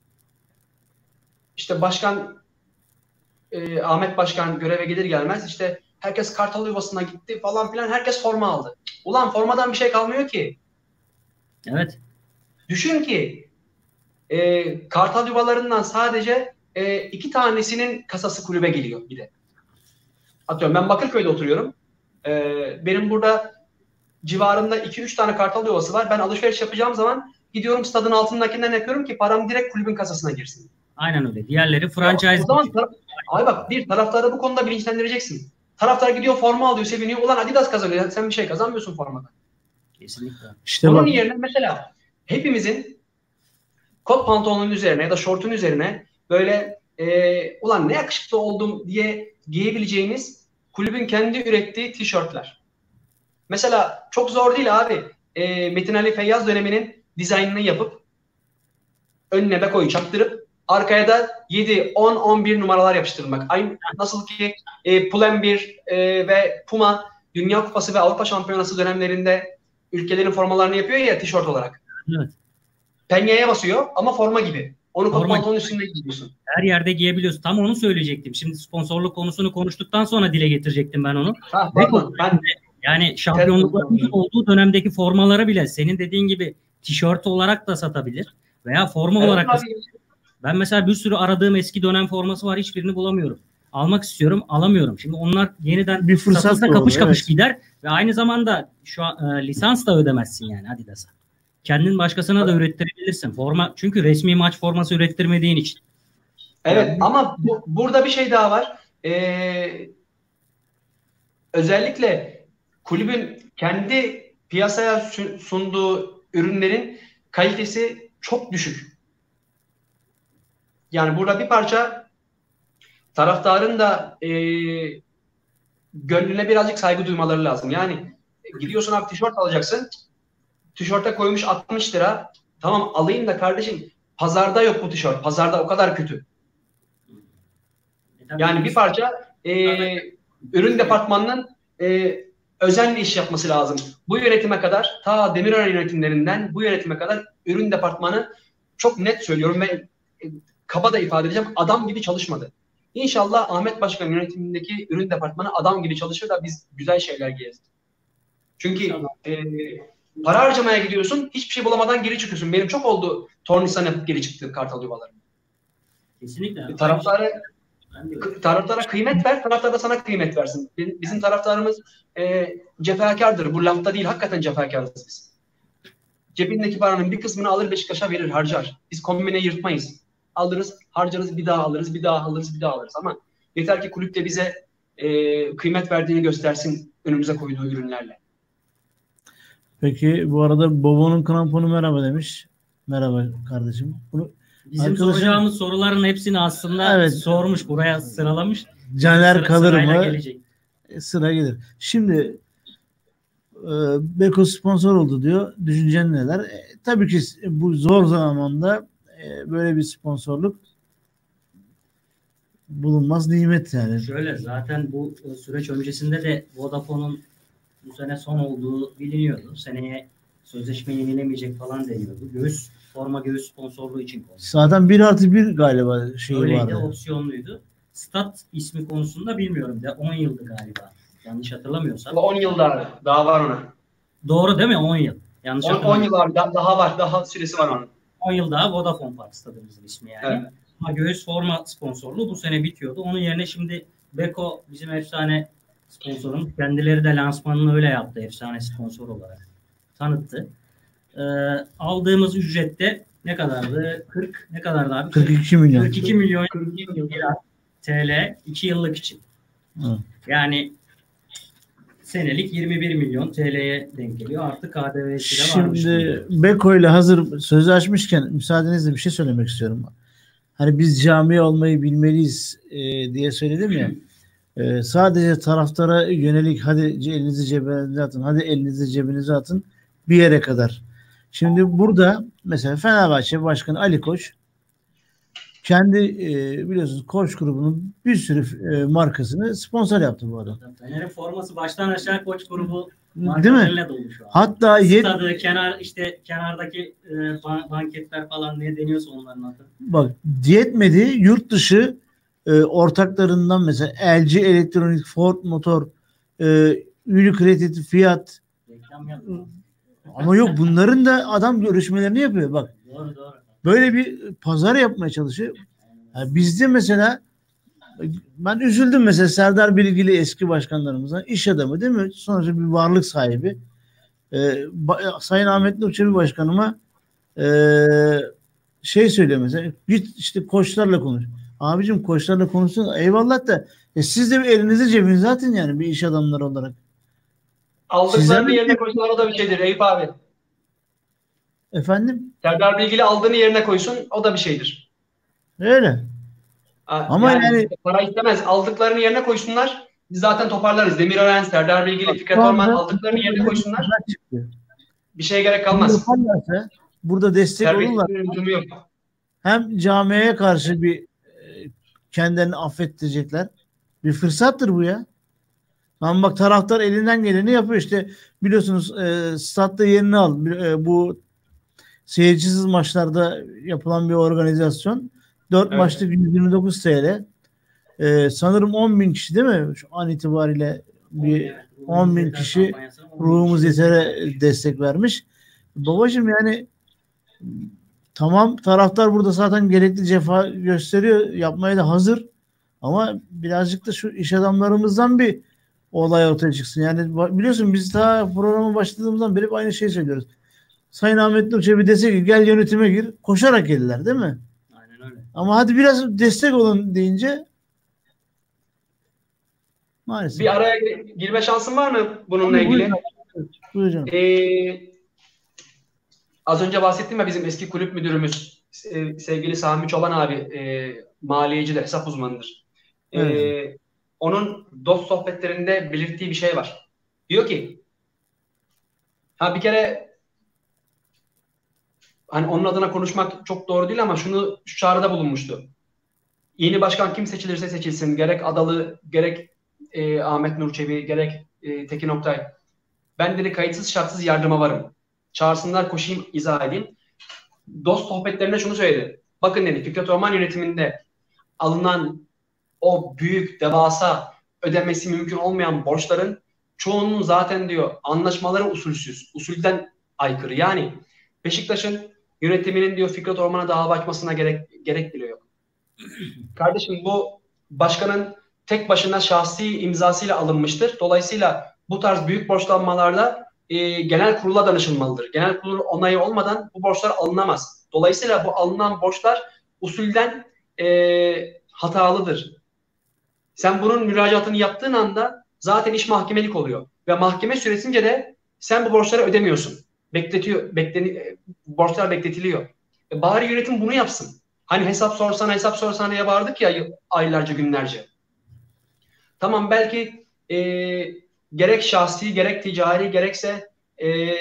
İşte başkan e, Ahmet Başkan göreve gelir gelmez işte herkes Kartal Yuvası'na gitti falan filan herkes forma aldı. Ulan formadan bir şey kalmıyor ki.
Evet.
Düşün ki e, Kartal Yuvalarından sadece e, iki tanesinin kasası kulübe geliyor bir de. Atıyorum ben Bakırköy'de oturuyorum. E, benim burada civarında iki üç tane Kartal Yuvası var. Ben alışveriş yapacağım zaman gidiyorum stadın altındakinden yapıyorum ki param direkt kulübün kasasına girsin.
Aynen öyle. Diğerleri franchise.
O zaman tar- ay bak bir taraftarı bu konuda bilinçlendireceksin. Taraftar gidiyor forma alıyor, seviniyor. Ulan Adidas kazanıyor. Sen bir şey kazanmıyorsun formadan.
Kesinlikle.
İşte
Onun
bak.
yerine mesela hepimizin kot pantolonun üzerine ya da şortun üzerine böyle e, ulan ne yakışıklı oldum diye giyebileceğimiz kulübün kendi ürettiği tişörtler. Mesela çok zor değil abi. E, Metin Ali Feyyaz döneminin dizaynını yapıp önüne Beko'yu çaktırıp arkaya da yedi, on, on bir numaralar yapıştırmak. Aynı nasıl ki e, Pull&Bear e, ve Puma Dünya Kupası ve Avrupa Şampiyonası dönemlerinde ülkelerin formalarını yapıyor ya tişört olarak.
Evet.
Penyeye basıyor ama forma gibi. Onu kot
Forma
pantolonun üstünde giyiyorsun.
Her yerde giyebiliyorsun. Tam onu söyleyecektim. Şimdi sponsorluk konusunu konuştuktan sonra dile getirecektim ben onu.
Ha,
Beko
pardon, ben
yani şampiyonlukların olduğu dönemdeki formaları bile senin dediğin gibi tişört olarak da satabilir veya forma
evet,
olarak da
abi.
satabilir. Ben mesela bir sürü aradığım eski dönem forması var. Hiçbirini bulamıyorum. Almak istiyorum, alamıyorum. Şimdi onlar yeniden
Bir fırsat
satılsa
doğru,
kapış kapış
evet.
gider ve aynı zamanda şu an, e, lisans da ödemezsin yani Adidas'a. Kendin başkasına da ürettirebilirsin. Forma çünkü resmi maç forması ürettirmediğin için.
Evet
Yani,
ama bu, burada bir şey daha var. Ee, özellikle kulübün kendi piyasaya sunduğu ürünlerin kalitesi çok düşük. Yani burada bir parça taraftarın da e, gönlüne birazcık saygı duymaları lazım. Yani gidiyorsun abi tişört alacaksın. Tişörte koymuş altmış lira. Tamam alayım da kardeşim pazarda yok bu tişört. Pazarda o kadar kötü. Yani bir parça e, ürün departmanının e, özenle iş yapması lazım. Bu yönetime kadar ta Demirören yönetimlerinden bu yönetime kadar ürün departmanı çok net söylüyorum ve e, kaba da ifade edeceğim adam gibi çalışmadı. İnşallah Ahmet Başkan yönetimindeki ürün departmanı adam gibi çalışır da biz güzel şeyler giyeriz. Çünkü e, para harcamaya gidiyorsun hiçbir şey bulamadan geri çıkıyorsun. Benim çok oldu Tornistan yapıp geri çıktı Kartal Yuvaları.
kesinlikle.
Taraftarı Taraftara kıymet ver, taraftar da sana kıymet versin. Bizim taraftarımız e, cefakardır. Bu lafta değil, hakikaten cefakarız biz. Cebindeki paranın bir kısmını alır Beşiktaş'a verir, harcar. Biz kombine yırtmayız. Alırız, harcarız, bir daha alırız, bir daha alırız, bir daha alırız. Ama yeter ki kulüp de bize e, kıymet verdiğini göstersin önümüze koyduğu ürünlerle.
Peki bu arada Bobo'nun kramponu merhaba demiş. Merhaba kardeşim. Bunu
Bizim
arkadaşım,
soracağımız soruların hepsini aslında
evet,
sormuş, buraya sıralamış.
Caner
Sıra,
kalır mı?
Gelecek.
Sıra gelir. Şimdi e, Beko sponsor oldu diyor. Düşüncen neler? E, tabii ki bu zor zamanda e, böyle bir sponsorluk bulunmaz nimet yani.
Şöyle zaten bu süreç öncesinde de Vodafone'un bu sene son olduğu biliniyordu. Seneye Sözleşme yenilemeyecek falan deniyordu. Göğüs, forma göğüs sponsorluğu için konuştu.
Zaten bir artı bir galiba şey
Öyleydi,
vardı.
opsiyonluydu. Stat ismi konusunda bilmiyorum. De on yıldı galiba. Yanlış hatırlamıyorsam.
on yıl daha, daha var ona.
Doğru değil mi? on yıl. Yanlış
on yıl abi, daha var. Daha süresi var onun.
on yıl daha Vodafone Park stadımızın ismi yani.
Evet.
Ama göğüs forma sponsorluğu bu sene bitiyordu. Onun yerine şimdi Beko bizim efsane sponsorumuz. Kendileri de lansmanını öyle yaptı. Efsane sponsor olarak tanıttı. Ee, aldığımız ücrette ne kadardı? kırk ne kadardı abi?
kırk iki milyon.
kırk iki milyon T L iki yıllık için.
Hı.
Yani senelik yirmi bir milyon T L'ye denk geliyor. Artık K D V'si de varmış.
Şimdi Beko ile hazır sözü açmışken müsaadenizle bir şey söylemek istiyorum. Hani biz cami olmayı bilmeliyiz e, diye söyledim ya. E, sadece taraftara yönelik hadi elinizi cebinize atın, hadi elinizi cebinize atın bir yere kadar. Şimdi burada mesela Fenerbahçe Başkanı Ali Koç kendi e, biliyorsunuz Koç grubunun bir sürü e, markasını sponsor yaptı bu adam.
Fener'in forması baştan aşağı Koç grubu
değil mi?
dolu şu an.
Hatta yet-
Stadı, kenar işte kenardaki e, ban- banketler falan ne deniyorsa onların adı.
bak yetmedi, yurt dışı e, ortaklarından mesela L G Elektronik, Ford Motor, e, Unicredit, Fiat,
Reklam yapıyor.
ama yok bunların da adam görüşmelerini yapıyor bak.
Doğru doğru.
Böyle bir pazar yapmaya çalışıyor. Yani bizde mesela ben üzüldüm mesela Serdar Bilgili eski başkanlarımızdan, iş adamı değil mi? Sonuçta bir varlık sahibi. Ee, ba- Sayın Ahmet Nur Çebi başkanıma e, şey söylüyor mesela, git işte koçlarla konuş. Abicim koçlarla konuşsun eyvallah da e, siz de bir elinizi cebinize atın yani bir iş adamları olarak.
Aldıklarını
Sizden-
yerine koysunlar, o da bir şeydir Eyüp abi.
Efendim?
Serdar Bilgili aldığını yerine koysun, o da bir şeydir.
Öyle.
Ha,
Ama yani-
para istemez. Aldıklarını yerine koysunlar. Biz zaten toparlarız. Demirören, Serdar Bilgili, Fikret
Şu
Orman
anda-
aldıklarını yerine koysunlar.
Çıktı.
Bir şeye gerek
Bunu
kalmaz.
yaparlarsa, burada destek olurlar.
Terbiyesizliğin lüzumu yok.
Hem camiye karşı bir e, kendilerini affettirecekler. Bir fırsattır bu ya. Ama bak taraftar elinden geleni yapıyor işte. Biliyorsunuz e, statta yerini al. E, bu seyircisiz maçlarda yapılan bir organizasyon. dört
Evet.
maçlık yüz yirmi dokuz T L. E, sanırım on bin kişi değil mi? Şu an itibariyle bir
Evet,
on bin
Yeter
kişi
kampanyasına on bin
ruhumuz
kişi
yetere destek vermiş. Babacığım yani tamam taraftar burada zaten gerekli cefa gösteriyor. Yapmaya da hazır. Ama birazcık da şu iş adamlarımızdan bir olay ortaya çıksın. Yani biliyorsun biz daha programa başladığımızdan beri hep aynı şeyi söylüyoruz. Sayın Ahmet Nur Çebi dese ki gel yönetime gir. Koşarak gelirler değil mi?
Aynen öyle.
Ama hadi biraz destek olun deyince maalesef.
Bir araya gir- girme şansın var mı bununla
Buyurun.
ilgili?
Buyurun.
Ee, az önce bahsettim ya, bizim eski kulüp müdürümüz e, sevgili Sami Çoban abi e, maliyecidir, hesap uzmanıdır. E,
Evet.
Onun dost sohbetlerinde belirttiği bir şey var. Diyor ki ha bir kere hani onun adına konuşmak çok doğru değil ama şunu şu çağrıda bulunmuştu. Yeni başkan kim seçilirse seçilsin, gerek Adalı, gerek e, Ahmet Nur Çebi, gerek e, Tekin Oktay. Ben dedi kayıtsız şartsız yardıma varım. Çağırsınlar koşayım, izah edeyim. Dost sohbetlerinde şunu söyledi. Bakın dedi, Fikret Orman yönetiminde alınan o büyük, devasa, ödemesi mümkün olmayan borçların çoğunun zaten diyor anlaşmaları usulsüz, usulden aykırı. Yani Beşiktaş'ın yönetiminin diyor Fikret Orman'a dava açmasına gerek, gerek bile yok. Kardeşim bu başkanın tek başına şahsi imzasıyla alınmıştır. Dolayısıyla bu tarz büyük borçlanmalarda e, genel kurula danışılmalıdır. Genel kurulun onayı olmadan bu borçlar alınamaz. Dolayısıyla bu alınan borçlar usulden e, hatalıdır. Sen bunun müracaatını yaptığın anda zaten iş mahkemelik oluyor. Ve mahkeme süresince de sen bu borçları ödemiyorsun. Bekletiyor, bekleni, borçlar bekletiliyor. E, bari yönetim bunu yapsın. Hani hesap sorsana hesap sorsana diye bağırdık ya aylarca günlerce. Tamam belki e, gerek şahsi gerek ticari gerekse e,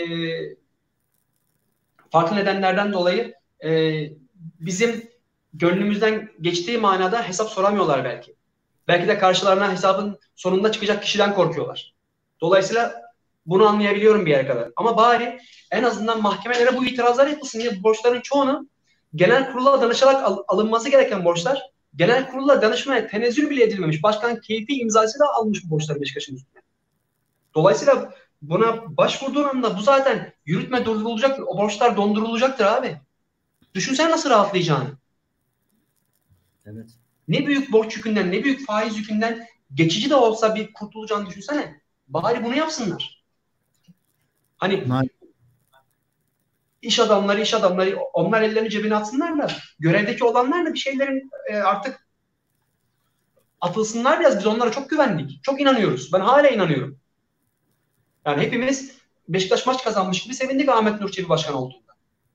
farklı nedenlerden dolayı e, bizim gönlümüzden geçtiği manada hesap soramıyorlar belki. Belki de karşılarına hesabın sonunda çıkacak kişiden korkuyorlar. Dolayısıyla Bunu anlayabiliyorum bir yere kadar. Ama bari en azından mahkemelere bu itirazlar yapılsın diye borçların çoğunu genel kurula danışarak al- alınması gereken borçlar genel kurula danışmaya tenezzül bile edilmemiş. Başkan keyfi imzasıyla almış bu borçları Beşiktaş'ın üstüne. Dolayısıyla buna başvurduğun anda bu zaten yürütme durdurulacaktır. O borçlar dondurulacaktır abi. Düşünsen nasıl rahatlayacağını.
Evet.
Ne büyük borç yükünden, ne büyük faiz yükünden geçici de olsa bir kurtulacağını düşünsene. Bari bunu yapsınlar. Hani iş adamları, iş adamları onlar ellerini cebine atsınlar da görevdeki olanlar da bir şeylerin e, artık atılsınlar biraz. Biz onlara çok güvendik. Çok inanıyoruz. Ben hala inanıyorum. Yani hepimiz Beşiktaş maç kazanmış gibi sevindik Ahmet Nur Çebi başkan olduğunda.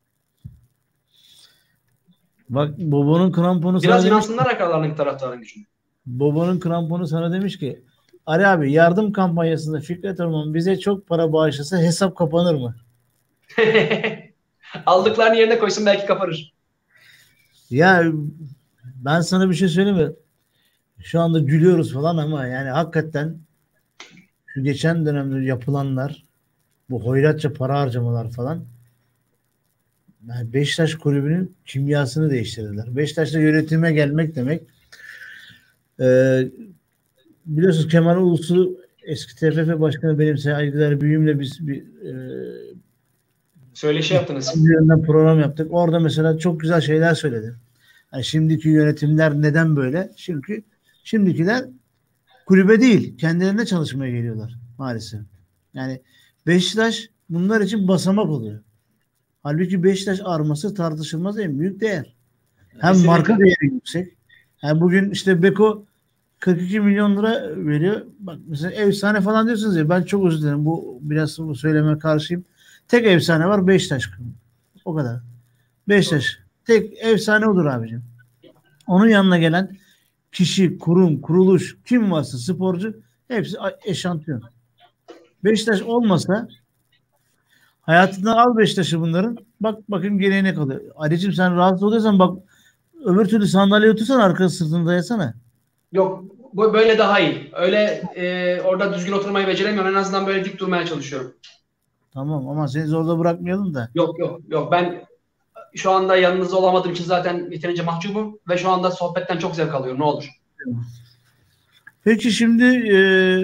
Bak Bobo'nun kramponu sana
Biraz
demiş,
inansınlar arkalarındaki taraftarın gücüne.
Bobo'nun kramponu sana demiş ki Ali abi yardım kampanyasında Fikret Orman bize çok para bağışlasa hesap kapanır mı?
Aldıklarını yerine koysun belki kaparır.
Ya ben sana bir şey söyleyeyim mi? Şu anda gülüyoruz falan ama yani hakikaten şu geçen dönemde yapılanlar, bu hoyratça para harcamalar falan, yani Beşiktaş kulübünün kimyasını değiştirdiler. Beşiktaş'ta yönetime gelmek demek, e, biliyorsunuz Kemal Ulusu eski T F F Başkanı benim saygıdeğer büyüğümle biz bir e,
Söyleşi yaptınız.
bir yönden program yaptık. Orada mesela çok güzel şeyler söyledi. Yani şimdiki yönetimler neden böyle? Çünkü şimdikiler kulübe değil, kendilerine çalışmaya geliyorlar maalesef. Yani Beşiktaş bunlar için basamak oluyor. Halbuki Beşiktaş arması tartışılmaz en büyük değer. Hem
Kesinlikle.
marka değeri yüksek. Yani bugün işte Beko kırk iki milyon lira veriyor. Bak mesela efsane falan diyorsunuz ya, ben çok özür dilerim. Bu biraz bu söyleme karşıyım. Tek efsane var Beşiktaş. O kadar. Beşiktaş. Tek efsane odur abicim. Onun yanına gelen kişi, kurum, kuruluş, kim varsa sporcu hepsi eşantiyon. Beşiktaş olmasa hayatından al Beşiktaş'ı bunların. Bak bakayım geriye ne kalıyor. Ali'cim sen rahatsız oluyorsan bak öbür türlü sandalyeye otursan arka sırtını dayasana.
Yok bu böyle daha iyi. Öyle e, orada düzgün oturmayı beceremiyorum. En azından böyle dik durmaya çalışıyorum.
Tamam ama seni zorda bırakmayalım da.
Yok yok yok ben şu anda yanınızda olamadığım için zaten yeterince mahcubum ve şu anda sohbetten çok zevk alıyorum. Ne olur.
Peki şimdi e,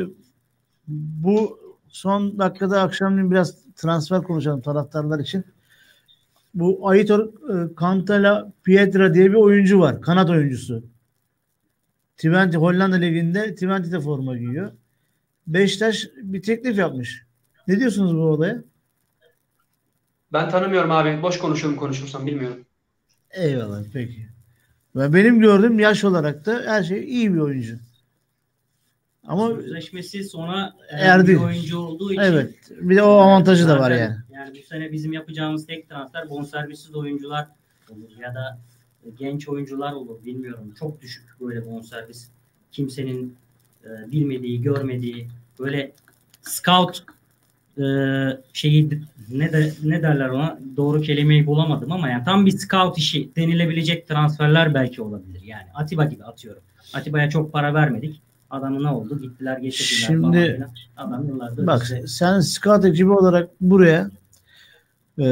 bu son dakikada akşamleyin biraz transfer konuşalım taraftarlar için. Bu Aitor e, Cantala Pietra diye bir oyuncu var. Kanat oyuncusu. Twente Hollanda Ligi'nde Twente'de forma giyiyor. Beşiktaş bir teklif yapmış. Ne diyorsunuz bu olaya?
Ben tanımıyorum abi. Boş konuşuyorum konuşursam bilmiyorum.
Eyvallah peki. Ve benim gördüğüm yaş olarak da her şey iyi bir oyuncu. Ama
sözleşmesi sona
erdi.
bir oyuncu olduğu için.
Evet. Bir de o avantajı da var
zaten,
yani.
Yani bu sene bizim yapacağımız tek transfer bonservissiz oyuncular olur ya da genç oyuncular olur bilmiyorum. Çok düşük böyle bonservis. Kimsenin e, bilmediği, görmediği böyle scout e, şeyi ne de ne derler ona, doğru kelimeyi bulamadım ama yani tam bir scout işi denilebilecek transferler belki olabilir. Yani Atiba gibi atıyorum. Atiba'ya çok para vermedik. Adamı ne oldu? Gittiler getirdiler.
Şimdi
adam yıllardır
bak
bize...
sen scout ekibi olarak buraya e,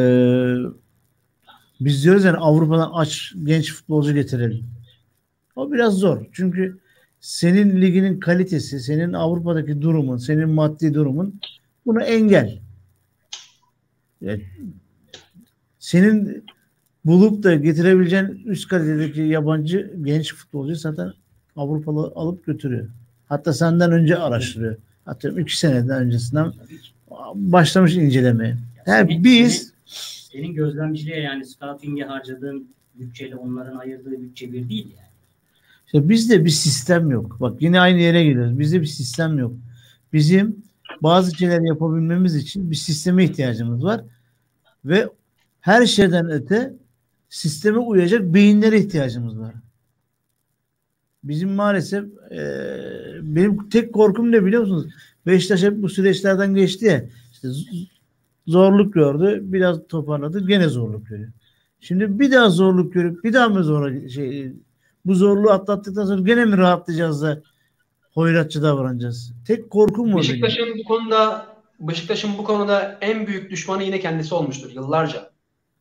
biz diyoruz yani Avrupa'dan aç genç futbolcu getirelim. O biraz zor. Çünkü senin liginin kalitesi, senin Avrupa'daki durumun, senin maddi durumun buna engel. Yani senin bulup da getirebileceğin üst kalitedeki yabancı genç futbolcu zaten Avrupalı alıp götürüyor. Hatta senden önce araştırıyor. Hatta iki seneden öncesinden başlamış incelemeye. Yani
senin,
biz
senin, senin gözlemciliğe yani scouting'e harcadığın bütçeyle onların ayırdığı bütçe bir değil yani.
İşte bizde bir sistem yok. Bak yine aynı yere geliyoruz. Bizde bir sistem yok. Bizim bazı şeyler yapabilmemiz için bir sisteme ihtiyacımız var. Ve her şeyden öte sisteme uyacak beyinlere ihtiyacımız var. Bizim maalesef e, benim tek korkum ne biliyor musunuz? Beşiktaş hep bu süreçlerden geçti ya. İşte zorluk gördü. Biraz toparladı. Gene zorluk görüyor. Şimdi bir daha zorluk görüp bir daha mı zor şey bu zorluğu atlattıktan sonra gene mi rahatlayacağız da hoyratçı davranacağız? Tek korkum var.
Beşiktaş'ın bu konuda Beşiktaş'ın bu konuda en büyük düşmanı yine kendisi olmuştur yıllarca.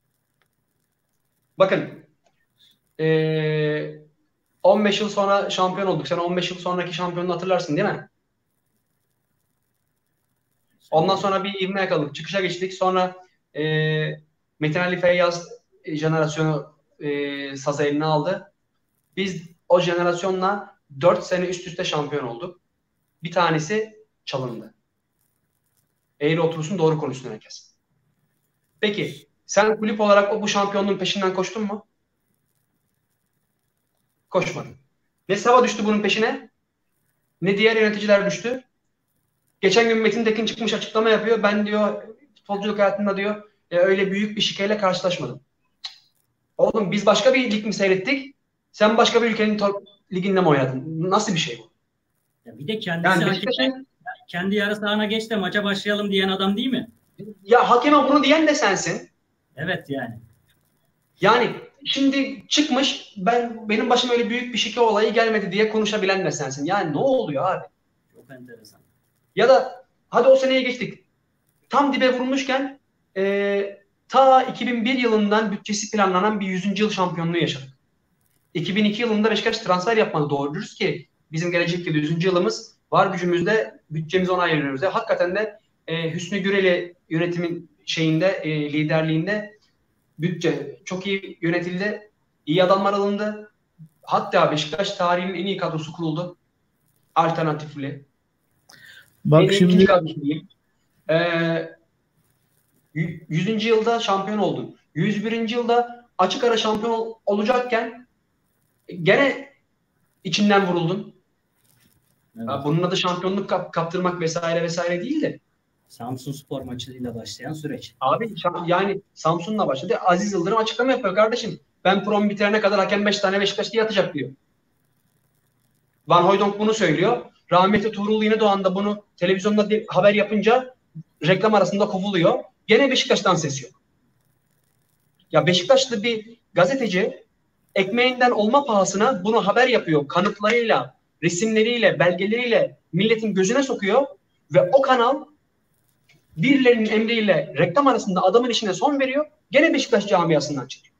Bakın ee, on beş yıl sonra şampiyon olduk. Sen on beş yıl sonraki şampiyonluğu hatırlarsın değil mi? Ondan sonra bir ivme yakaladık. Çıkışa geçtik. Sonra e, Metin Ali Feyyaz e, jenerasyonu e, sazı eline aldı. Biz o jenerasyonla dört sene üst üste şampiyon olduk. Bir tanesi çalındı. Eğri oturursun, doğru konuşsun herkes. Peki sen kulüp olarak o bu şampiyonluğun peşinden koştun mu? Koşmadın. Ne Sava düştü bunun peşine, ne diğer yöneticiler düştü. Geçen gün Metin Tekin çıkmış açıklama yapıyor. Ben diyor futbolculuk hayatında diyor e, öyle büyük bir şikeyle karşılaşmadım. Oğlum biz başka bir lig mi seyrettik? Sen başka bir ülkenin liginde mi oynadın? Nasıl bir şey bu?
Ya bir de kendisi
Yani
hakikaten kendi yarı sahana geç de maça başlayalım diyen adam değil mi?
Ya hakeme bunu diyen de sensin.
Evet yani.
Yani şimdi çıkmış ben benim başıma öyle büyük bir şike olayı gelmedi diye konuşabilen de sensin. Yani ne oluyor abi?
Çok enteresan.
Ya da hadi o seneye geçtik. Tam dibe vurmuşken e, ta iki bin bir yılından bütçesi planlanan bir yüzüncü yıl şampiyonluğu yaşadık. iki bin iki yılında Beşiktaş transfer yapmadı doğru dürüst ki bizim gelecek yıl yüzüncü yılımız var gücümüzde bütçemizi ona ayırıyoruz. Ya, hakikaten de e, Hüsnü Güreli yönetimin şeyinde e, liderliğinde bütçe çok iyi yönetildi. İyi adamlar alındı. Hatta Beşiktaş tarihinin en iyi kadrosu kuruldu. Alternatifli.
Bak
en iyi
şimdi
ikinci kadrosu diyeyim. Ee, yüzüncü yılda şampiyon oldun. yüz birinci yılda açık ara şampiyon olacakken gene içinden vuruldun.
Evet.
Ya bunun adı şampiyonluk kap, kaptırmak vesaire vesaire değil de.
Samsunspor maçıyla başlayan süreç.
Abi yani Samsun'la başladı. Aziz Yıldırım açıklama yapıyor kardeşim. Ben prom bitirene kadar hakem beş tane Beşiktaş'ta yatacak diyor. Van Hooijdonk bunu söylüyor. Rahmetli Tuğrul Yenidoğan da bunu televizyonda haber yapınca reklam arasında kovuluyor. Gene Beşiktaş'tan ses yok. Ya Beşiktaşlı bir gazeteci ekmeğinden olma pahasına bunu haber yapıyor. Kanıtlarıyla, resimleriyle, belgeleriyle milletin gözüne sokuyor ve o kanal birilerinin emriyle reklam arasında adamın işine son veriyor. Gene Beşiktaş camiasından çıkıyor.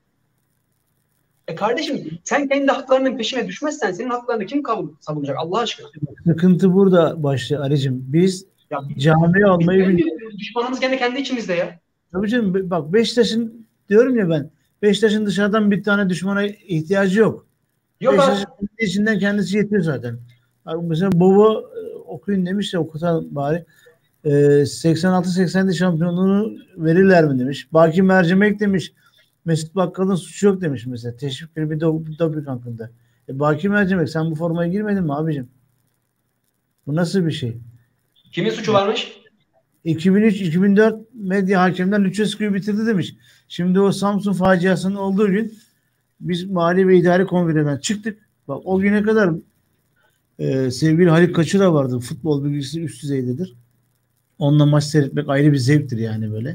E kardeşim sen kendi haklarının peşine düşmezsen senin haklarını kim savunacak Allah aşkına?
Sıkıntı burada başlıyor Ali'cim. Biz ya, cami olmayı
biz düşmanımız gene kendi içimizde ya.
Tabii canım bak Beşiktaş'ın diyorum ya ben Beşiktaş'ın dışarıdan bir tane düşmana ihtiyacı yok.
Yok
Beşiktaş'ın içinden kendisi yetiyor zaten. Abi mesela baba okuyun demiş ya okutan bari e, seksen altı seksen yedi şampiyonluğunu verirler mi demiş. Baki Mercimek demiş. Mesut Bakkal'ın suçu yok demiş mesela. Teşvik bir doping hakkında. E, Baki Mercimek sen bu formaya girmedin mi abicim? Bu nasıl bir şey?
Kimin suçu varmış?
iki bin üç iki bin dört medya hakemler Lucescu'yu bitirdi demiş. Şimdi o Samsun faciasının olduğu gün biz Mali ve İdari Kongreden çıktık. Bak o güne kadar e, sevgili Haluk Kaçıra vardı. Futbol bilgisi üst düzeydedir. Onunla maç seyretmek ayrı bir zevktir yani böyle.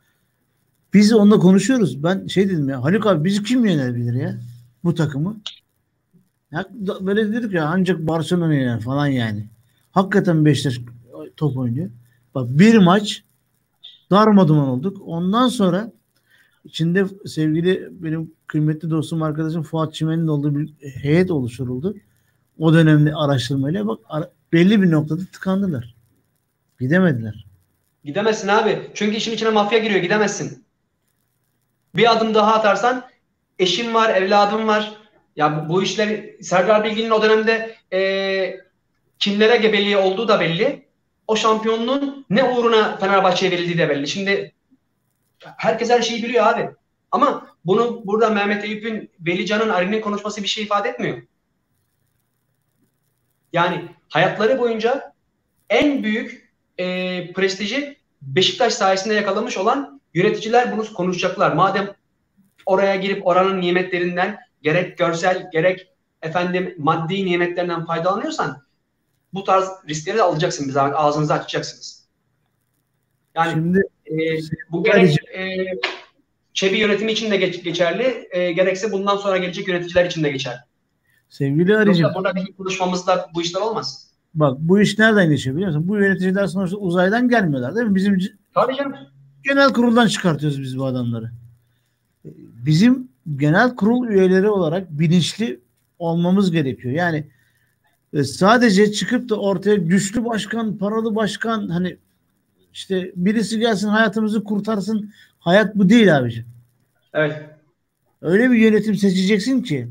Biz onunla konuşuyoruz. Ben şey dedim ya Haluk abi bizi kim yenebilir ya bu takımı? Ya, böyle dedik ya ancak Barcelona yener falan yani. Hakikaten Beşiktaş top oynuyor. Bak bir maç darmaduman olduk. Ondan sonra içinde sevgili benim kıymetli dostum arkadaşım Fuat Çimen'in olduğu bir heyet oluşturuldu. O dönemde araştırmayla bak ara, belli bir noktada tıkandılar. Gidemediler.
Gidemezsin abi. Çünkü işin içine mafya giriyor. Gidemezsin. Bir adım daha atarsan eşim var, evladım var. Ya bu, bu işler Serdar Bilgin'in o dönemde e, kimlere gebeliği olduğu da belli. O şampiyonluğun ne uğruna Fenerbahçe'ye verildiği de belli. Şimdi herkes her şeyi biliyor abi. Ama bunu burada Mehmet Eyüp'ün, Velican'ın, Ari'nin konuşması bir şey ifade etmiyor. Yani hayatları boyunca en büyük e, prestiji Beşiktaş sayesinde yakalamış olan yöneticiler bunu konuşacaklar. Madem oraya girip oranın nimetlerinden gerek görsel gerek efendim maddi nimetlerinden faydalanıyorsan bu tarz riskleri de alacaksın. Biz ağzınızı açacaksınız. Yani şimdi, e, bu gerek e, Çebi yönetimi için de geç, geçerli. E, gerekse bundan sonra gelecek yöneticiler için de geçerli.
Sevgili Arıcığım.
Yoksa burada bizim konuşmamızda bu işler olmaz.
Bak bu iş nereden geçiyor biliyor musun? Bu yöneticiler sonuçta uzaydan gelmiyorlar değil mi? Bizim
Tabii canım.
genel kuruldan çıkartıyoruz biz bu adamları. Bizim genel kurul üyeleri olarak bilinçli olmamız gerekiyor. Yani e, sadece çıkıp da ortaya güçlü başkan, paralı başkan, hani işte birisi gelsin hayatımızı kurtarsın. Hayat bu değil abiciğim.
Evet.
Öyle bir yönetim seçeceksin ki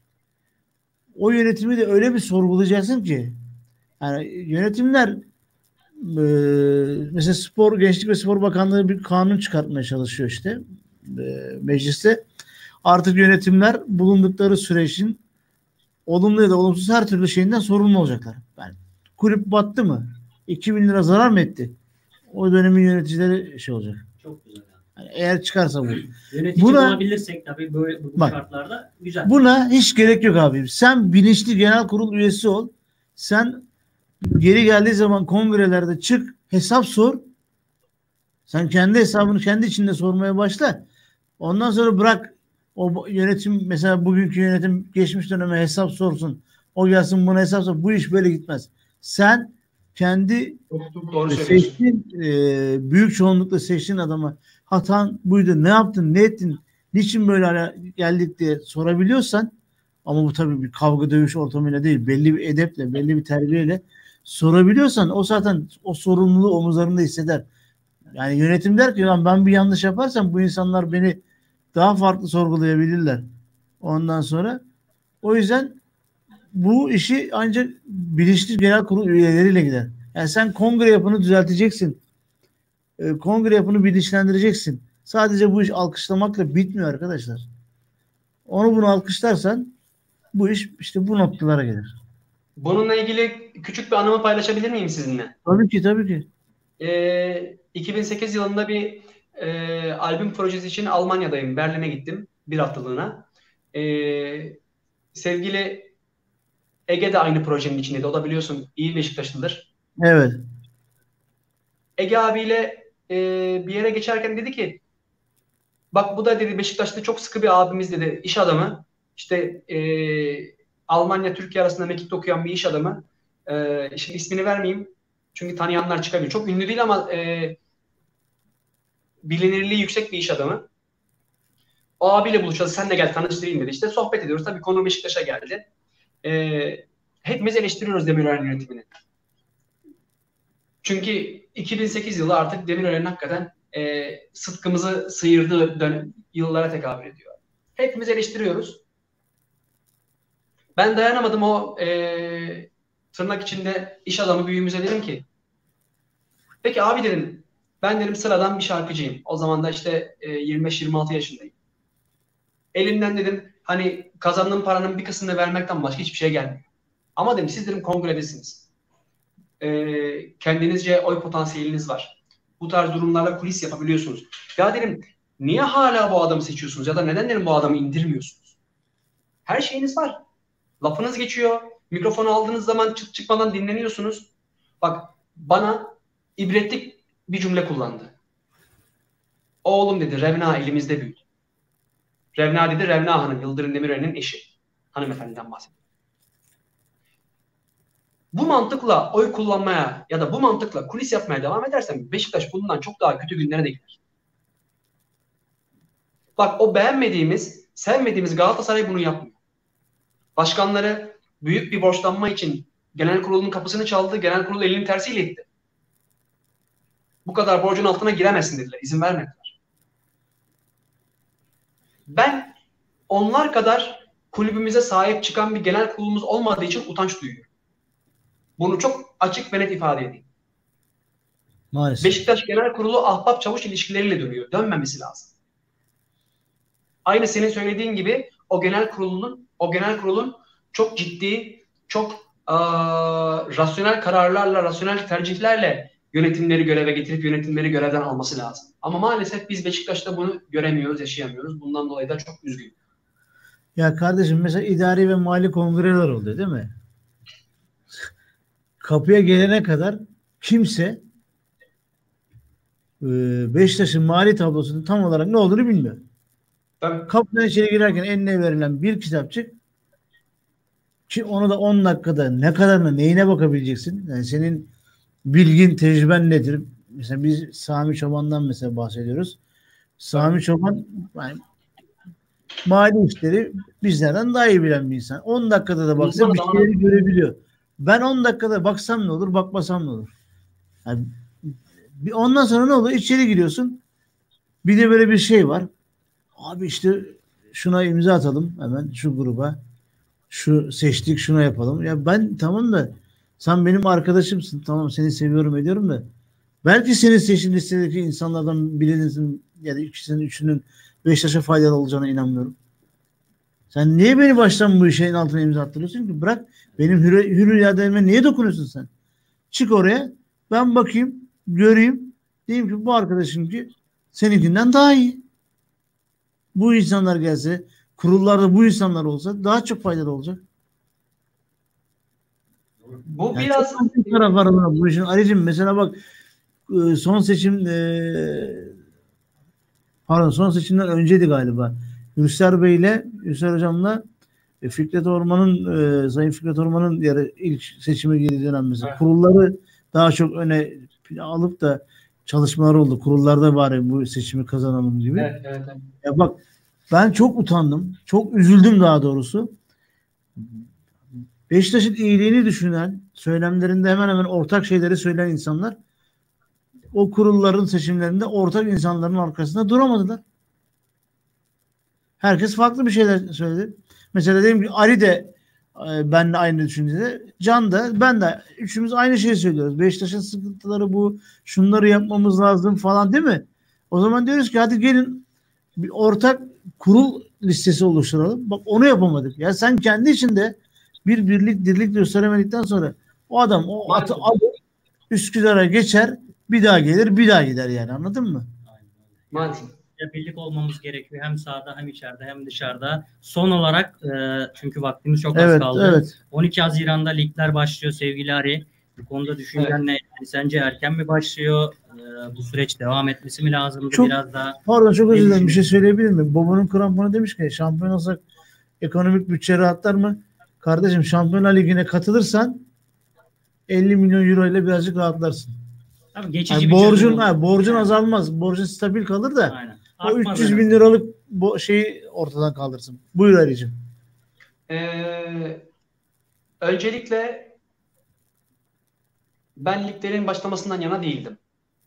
o yönetimi de öyle bir sorgulayacaksın ki yani yönetimler e, mesela Spor, Gençlik ve Spor Bakanlığı bir kanun çıkartmaya çalışıyor işte e, mecliste. Artık yönetimler bulundukları sürecin olumlu ya da olumsuz her türlü şeyinden sorumlu olacaklar. Yani kulüp battı mı? iki bin lira zarar mı etti? O dönemin yöneticileri şey olacak.
Çok güzel.
Yani eğer çıkarsa bu.
Yönetici
Buna,
bulabilirsek tabii böyle bu
bak,
şartlarda güzel.
Buna hiç gerek yok abi. Sen bilinçli genel kurul üyesi ol. Sen geri geldiği zaman kongrelerde çık, hesap sor. Sen kendi hesabını kendi içinde sormaya başla. Ondan sonra bırak o yönetim, mesela bugünkü yönetim geçmiş döneme hesap sorsun. O gelsin buna hesap sor. Bu iş böyle gitmez. Sen kendi
Çok, çok doğru
seçtiğin, e, büyük çoğunlukla seçtiğin adama hatan buydu, ne yaptın, ne ettin, niçin böyle geldik diye sorabiliyorsan, ama bu tabii bir kavga dövüş ortamıyla değil, belli bir edeple, belli bir terbiyeyle sorabiliyorsan o zaten o sorumluluğu omuzlarında hisseder. Yani yönetim der ki lan ben bir yanlış yaparsam bu insanlar beni daha farklı sorgulayabilirler. Ondan sonra o yüzden bu işi ancak bilinçli genel kurul üyeleriyle gider. Yani sen kongre yapını düzelteceksin. E, kongre yapını bilinçlendireceksin. Sadece bu iş alkışlamakla bitmiyor arkadaşlar. Onu bunu alkışlarsan bu iş işte bu noktalara gelir.
Bununla ilgili küçük bir anımı paylaşabilir miyim sizinle?
Tabii ki tabii ki.
Ee, iki bin sekiz yılında bir e, albüm projesi için Almanya'dayım. Berlin'e gittim bir haftalığına. Ee, sevgili Ege de aynı projenin içindeydi. O da biliyorsun iyi Beşiktaşlıdır.
Evet.
Ege abiyle e, bir yere geçerken dedi ki bak bu da dedi Beşiktaş'ta çok sıkı bir abimiz dedi. İş adamı. İşte e, Almanya Türkiye arasında mekik okuyan bir iş adamı. E, şimdi ismini vermeyeyim. Çünkü tanıyanlar çıkabilir. Çok ünlü değil ama e, bilinirliği yüksek bir iş adamı. O abiyle buluşacağız. Sen de gel tanıştırayım dedi. İşte sohbet ediyoruz. Tabii konu Beşiktaş'a geldi. E, hepimiz eleştiriyoruz Demirören yönetimini. Çünkü iki bin sekiz yılı artık Demirören'in hakikaten e, sıtkımızı sıyırdığı dönem, yıllara tekabül ediyor. Hepimiz eleştiriyoruz. Ben dayanamadım o e, tırnak içinde iş adamı büyüğümüze dedim ki peki abi dedim ben dedim sıradan bir şarkıcıyım. O zaman da işte e, yirmi beş yirmi altı yaşındayım. Elimden dedim hani kazandığım paranın bir kısmını vermekten başka hiçbir şey gelmiyor. Ama dedim siz dedim kongredesiniz. E, kendinizce oy potansiyeliniz var. Bu tarz durumlarda kulis yapabiliyorsunuz. Ya dedim niye hala bu adamı seçiyorsunuz ya da neden dedim bu adamı indirmiyorsunuz? Her şeyiniz var. Lafınız geçiyor. Mikrofonu aldığınız zaman çıt çıkmadan dinleniyorsunuz. Bak bana ibretlik bir cümle kullandı. Oğlum dedi Revna elimizde büyüdü. Revna dedi Revna Hanım Yıldırım Demirören'in eşi. Hanımefendiden bahsediyor. Bu mantıkla oy kullanmaya ya da bu mantıkla kulis yapmaya devam edersen Beşiktaş bundan çok daha kötü günlere de gider. Bak o beğenmediğimiz, sevmediğimiz Galatasaray bunu yapmıyor. Başkanları büyük bir borçlanma için genel kurulun kapısını çaldı. Genel kurul elini tersiyle itti. Bu kadar borcun altına giremezsin dediler. İzin vermediler. Ben onlar kadar kulübümüze sahip çıkan bir genel kurulumuz olmadığı için utanç duyuyorum. Bunu çok açık ve net ifade edeyim.
Maalesef.
Beşiktaş Genel Kurulu ahbap çavuş ilişkileriyle dönüyor. Dönmemesi lazım. Aynı senin söylediğin gibi o genel kurulun o genel kurulun çok ciddi, çok aa, rasyonel kararlarla, rasyonel tercihlerle yönetimleri göreve getirip yönetimleri görevden alması lazım. Ama maalesef biz Beşiktaş'ta bunu göremiyoruz, yaşayamıyoruz. Bundan dolayı da çok üzgünüm.
Ya kardeşim mesela idari ve mali kongreler oluyor değil mi? Kapıya gelene kadar kimse e, Beşiktaş'ın mali tablosunun tam olarak ne olduğunu bilmiyor.
Tabii.
Kapıdan içeri girerken eline verilen bir kitapçık Ki onu da on dakikada ne kadarına neyine bakabileceksin? Yani senin bilgin, tecrüben nedir? Mesela biz Sami Çoban'dan mesela bahsediyoruz. Sami Çoban yani mali işleri bizlerden daha iyi bilen bir insan. on dakikada da baksa
Uzman
bir
adam
şeyleri
adam.
görebiliyor. Ben on dakikada baksam ne olur, bakmasam ne olur? Yani bir ondan sonra ne oluyor? İçeri giriyorsun. Bir de böyle bir şey var. Abi işte şuna imza atalım hemen şu gruba. Şu seçtik şuna yapalım. Ya ben tamam da sen benim arkadaşımsın. Tamam seni seviyorum ediyorum da belki senin seçim listedeki insanlardan birinizin ya da ikisinin üçünün Beşiktaş'a faydalı olacağına inanmıyorum. Sen niye beni baştan bu işin altına imza attırıyorsun ki? Bırak benim hür, hür iradeime niye dokunuyorsun sen? Çık oraya ben bakayım göreyim diyeyim ki bu arkadaşım ki seninkinden daha iyi. Bu insanlar gelse kurullarda bu insanlar olsa daha çok faydalı olacak.
Bu
Yani
biraz
çok önemli taraf var buna. Bu işin Ali'cim mesela bak e, son seçim e, pardon son seçimden önceydi galiba. Hürsel Bey ile Hürsel Hocam'la e, Fikret Orman'ın e, Sayın Fikret Orman'ın yarı ilk seçime girdiği dönem mesela
Evet.
kurulları daha çok öne alıp da çalışmalar oldu. Kurullarda bari bu seçimi kazanalım gibi.
evet, evet, evet.
Ya bak ben çok utandım. Çok üzüldüm daha doğrusu. Beşiktaş'ın iyiliğini düşünen, söylemlerinde hemen hemen ortak şeyleri söyleyen insanlar o kurulların seçimlerinde ortak insanların arkasında duramadılar. Herkes farklı bir şeyler söyledi. Mesela dedim ki Ali de e, benimle aynı düşüncede. Can da ben de üçümüz aynı şeyi söylüyoruz. Beşiktaş'ın sıkıntıları bu. Şunları yapmamız lazım falan değil mi? O zaman diyoruz ki hadi gelin bir ortak kurul listesi oluşturalım. Bak onu yapamadık. Ya sen kendi içinde bir birlik dirlik gösteremedikten sonra o adam o atı
Maalesef.
alır Üsküdar'a geçer bir daha gelir bir daha gider yani anladın mı?
Aynen öyle.
Maalesef.
Ya birlik olmamız gerekiyor hem sahada hem içeride hem dışarıda. Son olarak e, çünkü vaktimiz çok az
Evet
kaldı.
evet.
on iki Haziran'da ligler başlıyor sevgili Ari. Bu konuda düşüncen
Evet.
ne? Yani sence erken mi başlıyor? E, bu süreç devam etmesi mi lazımdı
Çok-
biraz daha?
Pardon çok özür dilerim bir şey
düşünüyorsun?
söyleyebilir miyim? Babanın kramponu demiş ki şampiyon olsak ekonomik bütçe rahatlar mı? Kardeşim Şampiyonlar Ligi'ne katılırsan elli milyon euro ile birazcık rahatlarsın.
Tabii geçici
Yani
bir
borcun
çözüm
ha,
olur.
borcun
Yani,
azalmaz. Borcun stabil kalır da
aynen.
o
Artmaz
üç yüz
en
bin
azından.
liralık bu şeyi ortadan kaldırsın. Buyur Ali'cim.
Ee, öncelikle ben liglerin başlamasından yana değildim.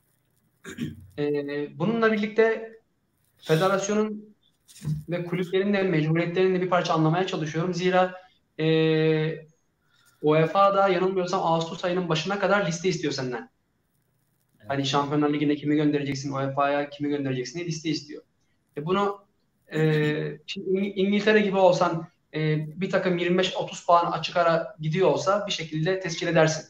Ee, bununla birlikte federasyonun ve kulüplerin de mecburiyetlerini de bir parça anlamaya çalışıyorum. Zira e, UEFA'da yanılmıyorsam Ağustos ayının başına kadar liste istiyor senden. Hani Şampiyonlar Ligi'ne kimi göndereceksin, U E F A'ya kimi göndereceksin diye liste istiyor. E bunu e, şimdi İng- İngiltere gibi olsan e, bir takım yirmi beş otuz puan açık ara gidiyor olsa bir şekilde tescil edersin.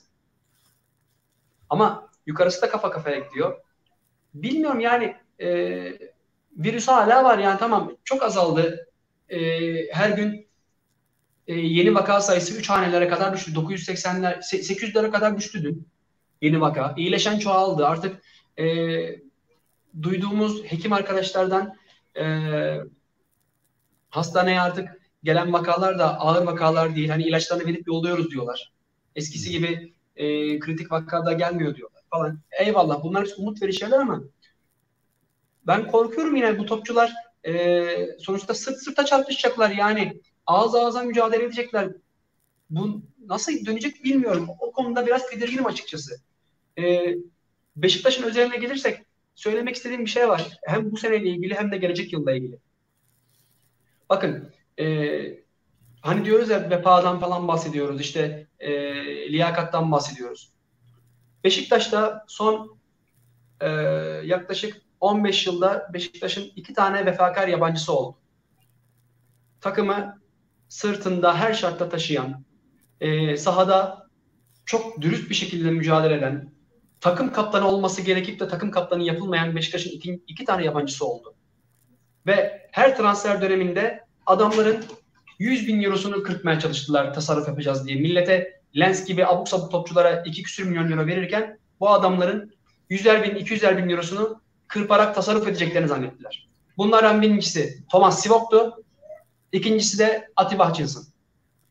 Ama yukarısı da kafa kafaya gidiyor. Bilmiyorum yani e, virüs hala var yani tamam çok azaldı. E, her gün e, yeni vaka sayısı üç hanelere kadar düştü. dokuz yüz seksenler sekiz yüzlere kadar düştü dün yeni vaka. İyileşen çoğaldı. Artık e, duyduğumuz hekim arkadaşlardan e, hastaneye artık gelen vakalar da ağır vakalar değil. Hani ilaçlarını verip yolluyoruz diyorlar. Eskisi gibi e, kritik vakada gelmiyor diyorlar falan. Eyvallah bunlar umut verici şeyler ama ben korkuyorum yine bu topçular e, sonuçta sırt sırta çarpışacaklar yani ağız ağza mücadele edecekler. Bu nasıl dönecek bilmiyorum. O konuda biraz tedirginim açıkçası. E, Beşiktaş'ın özeline gelirsek söylemek istediğim bir şey var. Hem bu seneyle ilgili hem de gelecek yılla ilgili. Bakın e, hani diyoruz ya vefadan falan bahsediyoruz. İşte e, liyakattan bahsediyoruz. Beşiktaş'ta son e, yaklaşık on beş yılda Beşiktaş'ın iki tane vefakar yabancısı oldu. Takımı sırtında her şartta taşıyan, e, sahada çok dürüst bir şekilde mücadele eden, takım kaptanı olması gerekip de takım kaptanı yapılmayan Beşiktaş'ın iki, iki tane yabancısı oldu. Ve her transfer döneminde adamların yüz bin eurosunu kırpmaya çalıştılar tasarruf yapacağız diye. Millete Lens gibi abuk sabuk topçulara iki küsür milyon euro verirken bu adamların yüzer bin, iki yüzer bin eurosunu kırparak tasarruf edeceklerini zannettiler. Bunlardan birincisi Thomas Sivok'tu. İkincisi de Atiba Hutchinson.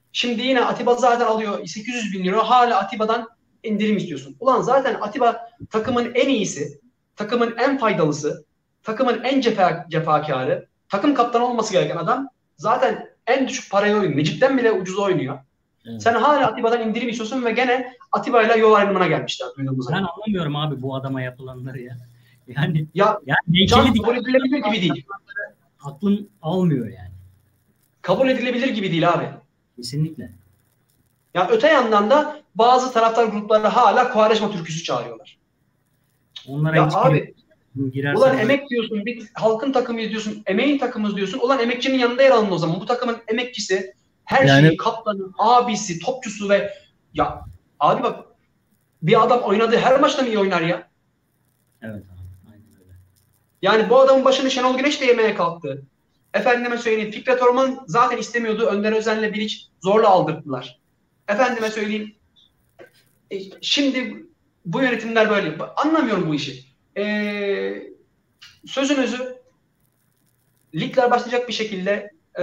Şimdi yine Atiba zaten alıyor sekiz yüz bin euro. Hala Atiba'dan indirim istiyorsun. Ulan zaten Atiba takımın en iyisi, takımın en faydalısı, takımın en cefa, cefakarı, takım kaptanı olması gereken adam zaten en düşük paraya oynuyor. Necip'ten bile ucuz oynuyor. Evet. Sen hala Atiba'dan indirim istiyorsun ve gene Atiba'yla yol ayrımına gelmişler duyduğumuz
Ben zaman. Anlamıyorum abi bu adama yapılanları ya. Yani
ya
yani
can kabul edilebilir gibi değil.
Aklın almıyor yani.
Kabul edilebilir gibi değil abi.
Kesinlikle.
Ya öte yandan da bazı taraftar grupları hala Quaresma türküsü çağırıyorlar.
Onlara
ya
hiç
abi
girersen
ulan
de...
emek diyorsun, bir halkın takımı diyorsun, emeğin takımız diyorsun. Ulan emekçinin yanında yer alın o zaman. Bu takımın emekçisi, her yani... şeyi kaptanı, abisi, topçusu ve ya abi bak bir adam oynadığı her maçta mı iyi oynar ya?
Evet abi. Aynen öyle.
Yani bu adamın başını Şenol Güneş de yemeye kalktı. Efendime söyleyeyim Fikret Orman zaten istemiyordu. Önder Özen'le Bilic zorla aldırdılar. Efendime söyleyeyim e, şimdi bu yönetimler böyle. Anlamıyorum bu işi. Ee, sözünüzü ligler başlayacak bir şekilde e,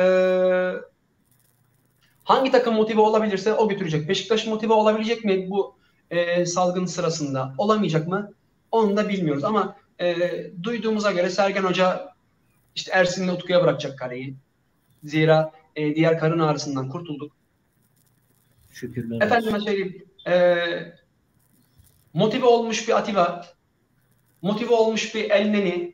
hangi takım motive olabilirse o götürecek. Beşiktaş motive olabilecek mi bu e, salgın sırasında? Olamayacak mı? Onu da bilmiyoruz ama e, duyduğumuza göre Sergen Hoca işte Ersin'le Utku'ya bırakacak kaleyi. Zira e, diğer karın ağrısından kurtulduk.
Şükürler
Efendime söyleyeyim e, motive olmuş bir Atiba, motive olmuş bir Elneni,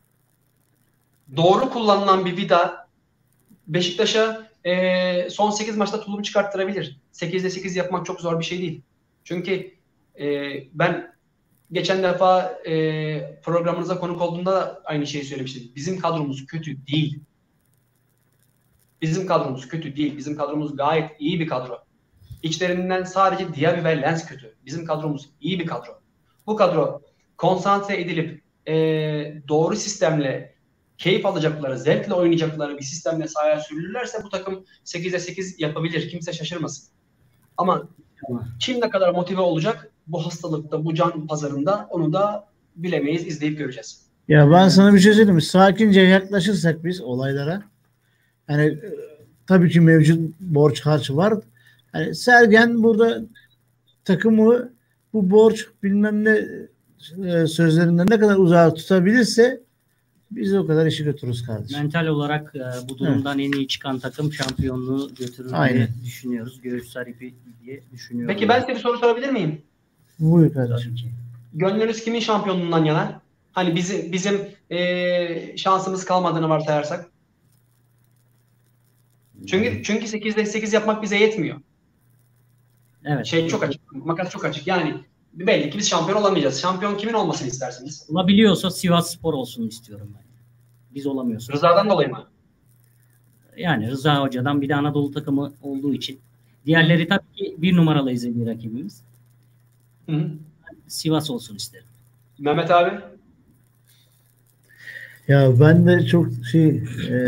doğru kullanılan bir Vida Beşiktaş'a e, son sekiz maçta tulumu çıkarttırabilir. sekizde sekiz yapmak çok zor bir şey değil. Çünkü e, ben geçen defa e, programınıza konuk olduğumda da aynı şeyi söylemiştim. Bizim kadromuz kötü değil. Bizim kadromuz kötü değil. Bizim kadromuz gayet iyi bir kadro. İçlerinden sadece Diaby ve Lens kötü. Bizim kadromuz iyi bir kadro. Bu kadro konsantre edilip e, doğru sistemle keyif alacakları, zevkle oynayacakları bir sistemle sahaya sürülürlerse bu takım sekizde sekiz yapabilir. Kimse şaşırmasın. Ama kim ne kadar motive olacak bu hastalıkta, bu can pazarında onu da bilemeyiz, izleyip göreceğiz.
Ya ben sana bir şey söyleyeyim mi? Sakince yaklaşırsak biz olaylara hani tabii ki mevcut borç harcı var. Hani Sergen burada takımı bu borç bilmem ne sözlerinden ne kadar uzağa tutabilirse biz o kadar işi götürürüz kardeşim.
Mental olarak e, bu durumdan evet. en iyi çıkan takım şampiyonluğu götürür Aynen. diye düşünüyoruz. Göğüs Sarıpi diye düşünüyoruz.
Peki ben size bir soru sorabilir miyim?
Buyur kardeşim.
Gönlünüz kimin şampiyonluğundan yana? Hani bizim bizim e, şansımız kalmadığını varsayarsak. Çünkü çünkü sekizde sekiz yapmak bize yetmiyor.
Evet.
Şey çok açık. Makas çok açık. Yani belli ki biz şampiyon olamayacağız. Şampiyon kimin olmasını istersiniz?
Olabiliyorsa Sivasspor olsun istiyorum ben. Biz olamıyoruz.
Rıza'dan dolayı mı?
Yani Rıza Hoca'dan bir de Anadolu takımı olduğu için. Diğerleri tabii ki bir numaralı izlediği rakibimiz.
Hı hı.
Sivas olsun isterim.
Mehmet abi?
Ya ben de çok şey e,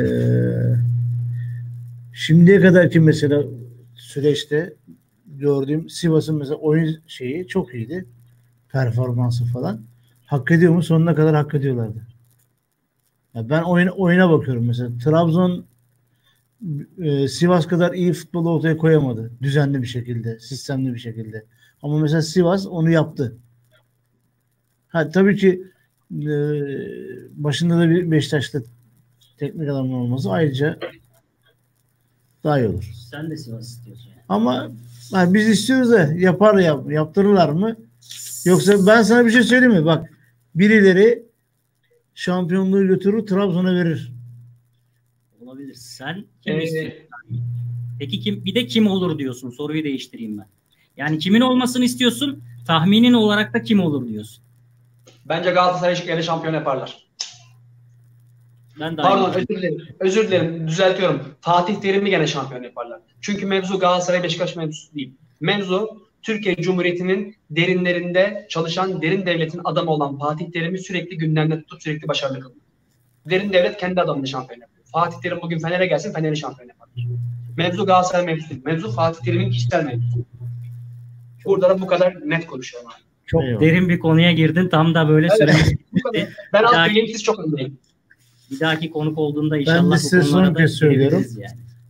şimdiye kadarki mesela süreçte gördüğüm Sivas'ın mesela oyun şeyi çok iyiydi. Performansı falan. Hak ediyor mu? Sonuna kadar hak ediyorlardı. Ya ben oyuna, oyuna bakıyorum mesela. Trabzon e, Sivas kadar iyi futbolu ortaya koyamadı. Düzenli bir şekilde, sistemli bir şekilde. Ama mesela Sivas onu yaptı. Ha tabii ki e, başında da bir Beşiktaş'ta teknik adamın olması ayrıca daha iyi olur.
Sen de Sivas istiyorsun yani.
Ama yani biz istiyoruz da yapar yap, yaptırırlar mı? Yoksa ben sana bir şey söyleyeyim mi? Bak birileri şampiyonluğu götürür Trabzon'a verir.
Olabilir. Sen kim
ee,
istiyorsun? Peki kim? Bir de kim olur diyorsun? Soruyu değiştireyim ben. Yani kimin olmasını istiyorsun? Tahminin olarak da kim olur diyorsun?
Bence Galatasaray'ı şampiyon yaparlar.
Ben de
Pardon özür dilerim. Özür dilerim. Düzeltiyorum. Fatih Terim'i gene şampiyon yaparlar. Çünkü mevzu Galatasaray Beşiktaş mevzusu değil. Mevzu Türkiye Cumhuriyeti'nin derinlerinde çalışan derin devletin adamı olan Fatih Terim'i sürekli gündemde tutup sürekli başarılı kılıyor. Derin devlet kendi adamını şampiyon yapıyor. Fatih Terim bugün Fener'e gelsin Fener'i şampiyon yapar. Mevzu Galatasaray mevzusu değil. Mevzu Fatih Terim'in kişisel mevzusu. Burada da bu kadar net konuşuyorum abi.
Çok Eyvallah. Derin bir konuya girdin. Tam da böyle
evet.
süre.
Ben az söyleyeyim siz çok öndeyim.
Bir dahaki konuk olduğunda inşallah
ben de size
bu
son kez söylüyorum.
Yani.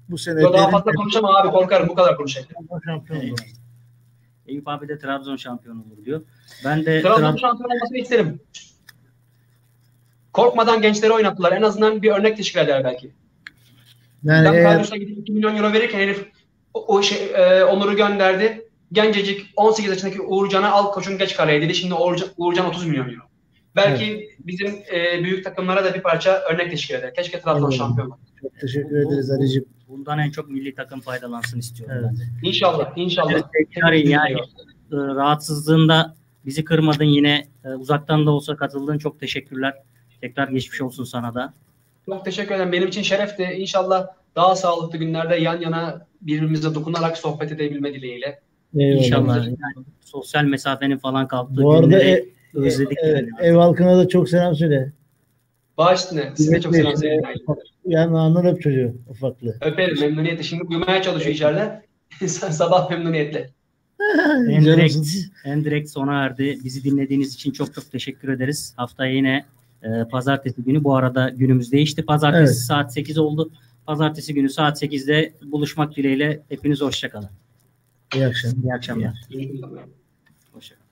bu sene
Yo, daha
derin-
fazla konuşamam abi, korkarım bu kadar konuşayım.
şampiyon olur.
Eyüp abi de Trabzon şampiyon olur diyor. Ben de
Trabzon
Trabzon
şampiyon olmasını isterim. Korkmadan gençleri oynattılar. En azından bir örnek teşkil eder belki.
Yani
Ben
eğer,
Carlos'a gidip iki milyon euro verirken herif o, o şey, e, Onur'u gönderdi. Gencecik on sekiz yaşındaki Uğurcan'a al koçun geç kaleye dedi. Şimdi Uğurcan, Uğurcan otuz milyon euro. Belki bizim e, büyük takımlara da bir parça örnek teşkil eder. Keşke Trabzon
Evet.
şampiyon olsun.
çok teşekkür ederiz Ali'ciğim.
bundan en çok milli takım faydalansın istiyorum
Evet.
ben de.
İnşallah, inşallah.
Evet, tekrar yani e, rahatsızlığında bizi kırmadın yine e, uzaktan da olsa katıldın. Çok teşekkürler. Tekrar geçmiş olsun sana da.
Çok teşekkür ederim. Benim için şerefti. İnşallah daha sağlıklı günlerde yan yana birbirimize dokunarak sohbet edebilme dileğiyle.
Eyvallah.
İnşallah yani sosyal mesafenin falan kalktığı
Bu arada
günleri
e-
özledik.
Evet,
yani.
ev halkına da çok selam söyle.
Baş üstüne. Size de çok selam söyleyin.
Yanağından öp çocuğu ufaklığı.
Öperim memnuniyetle. Şimdi uyumaya çalışıyor içeride. Sabah memnuniyetle.
En direkt,
Canımsın.
en direkt sona erdi. Bizi dinlediğiniz için çok çok teşekkür ederiz. Haftaya yine e, pazartesi günü. Bu arada günümüz değişti. Pazartesi
Evet.
saat sekiz oldu. Pazartesi günü saat sekizde buluşmak dileğiyle. Hepiniz hoşça kalın.
İyi akşamlar.
İyi akşamlar.
İyi günler.
Hoşça kalın.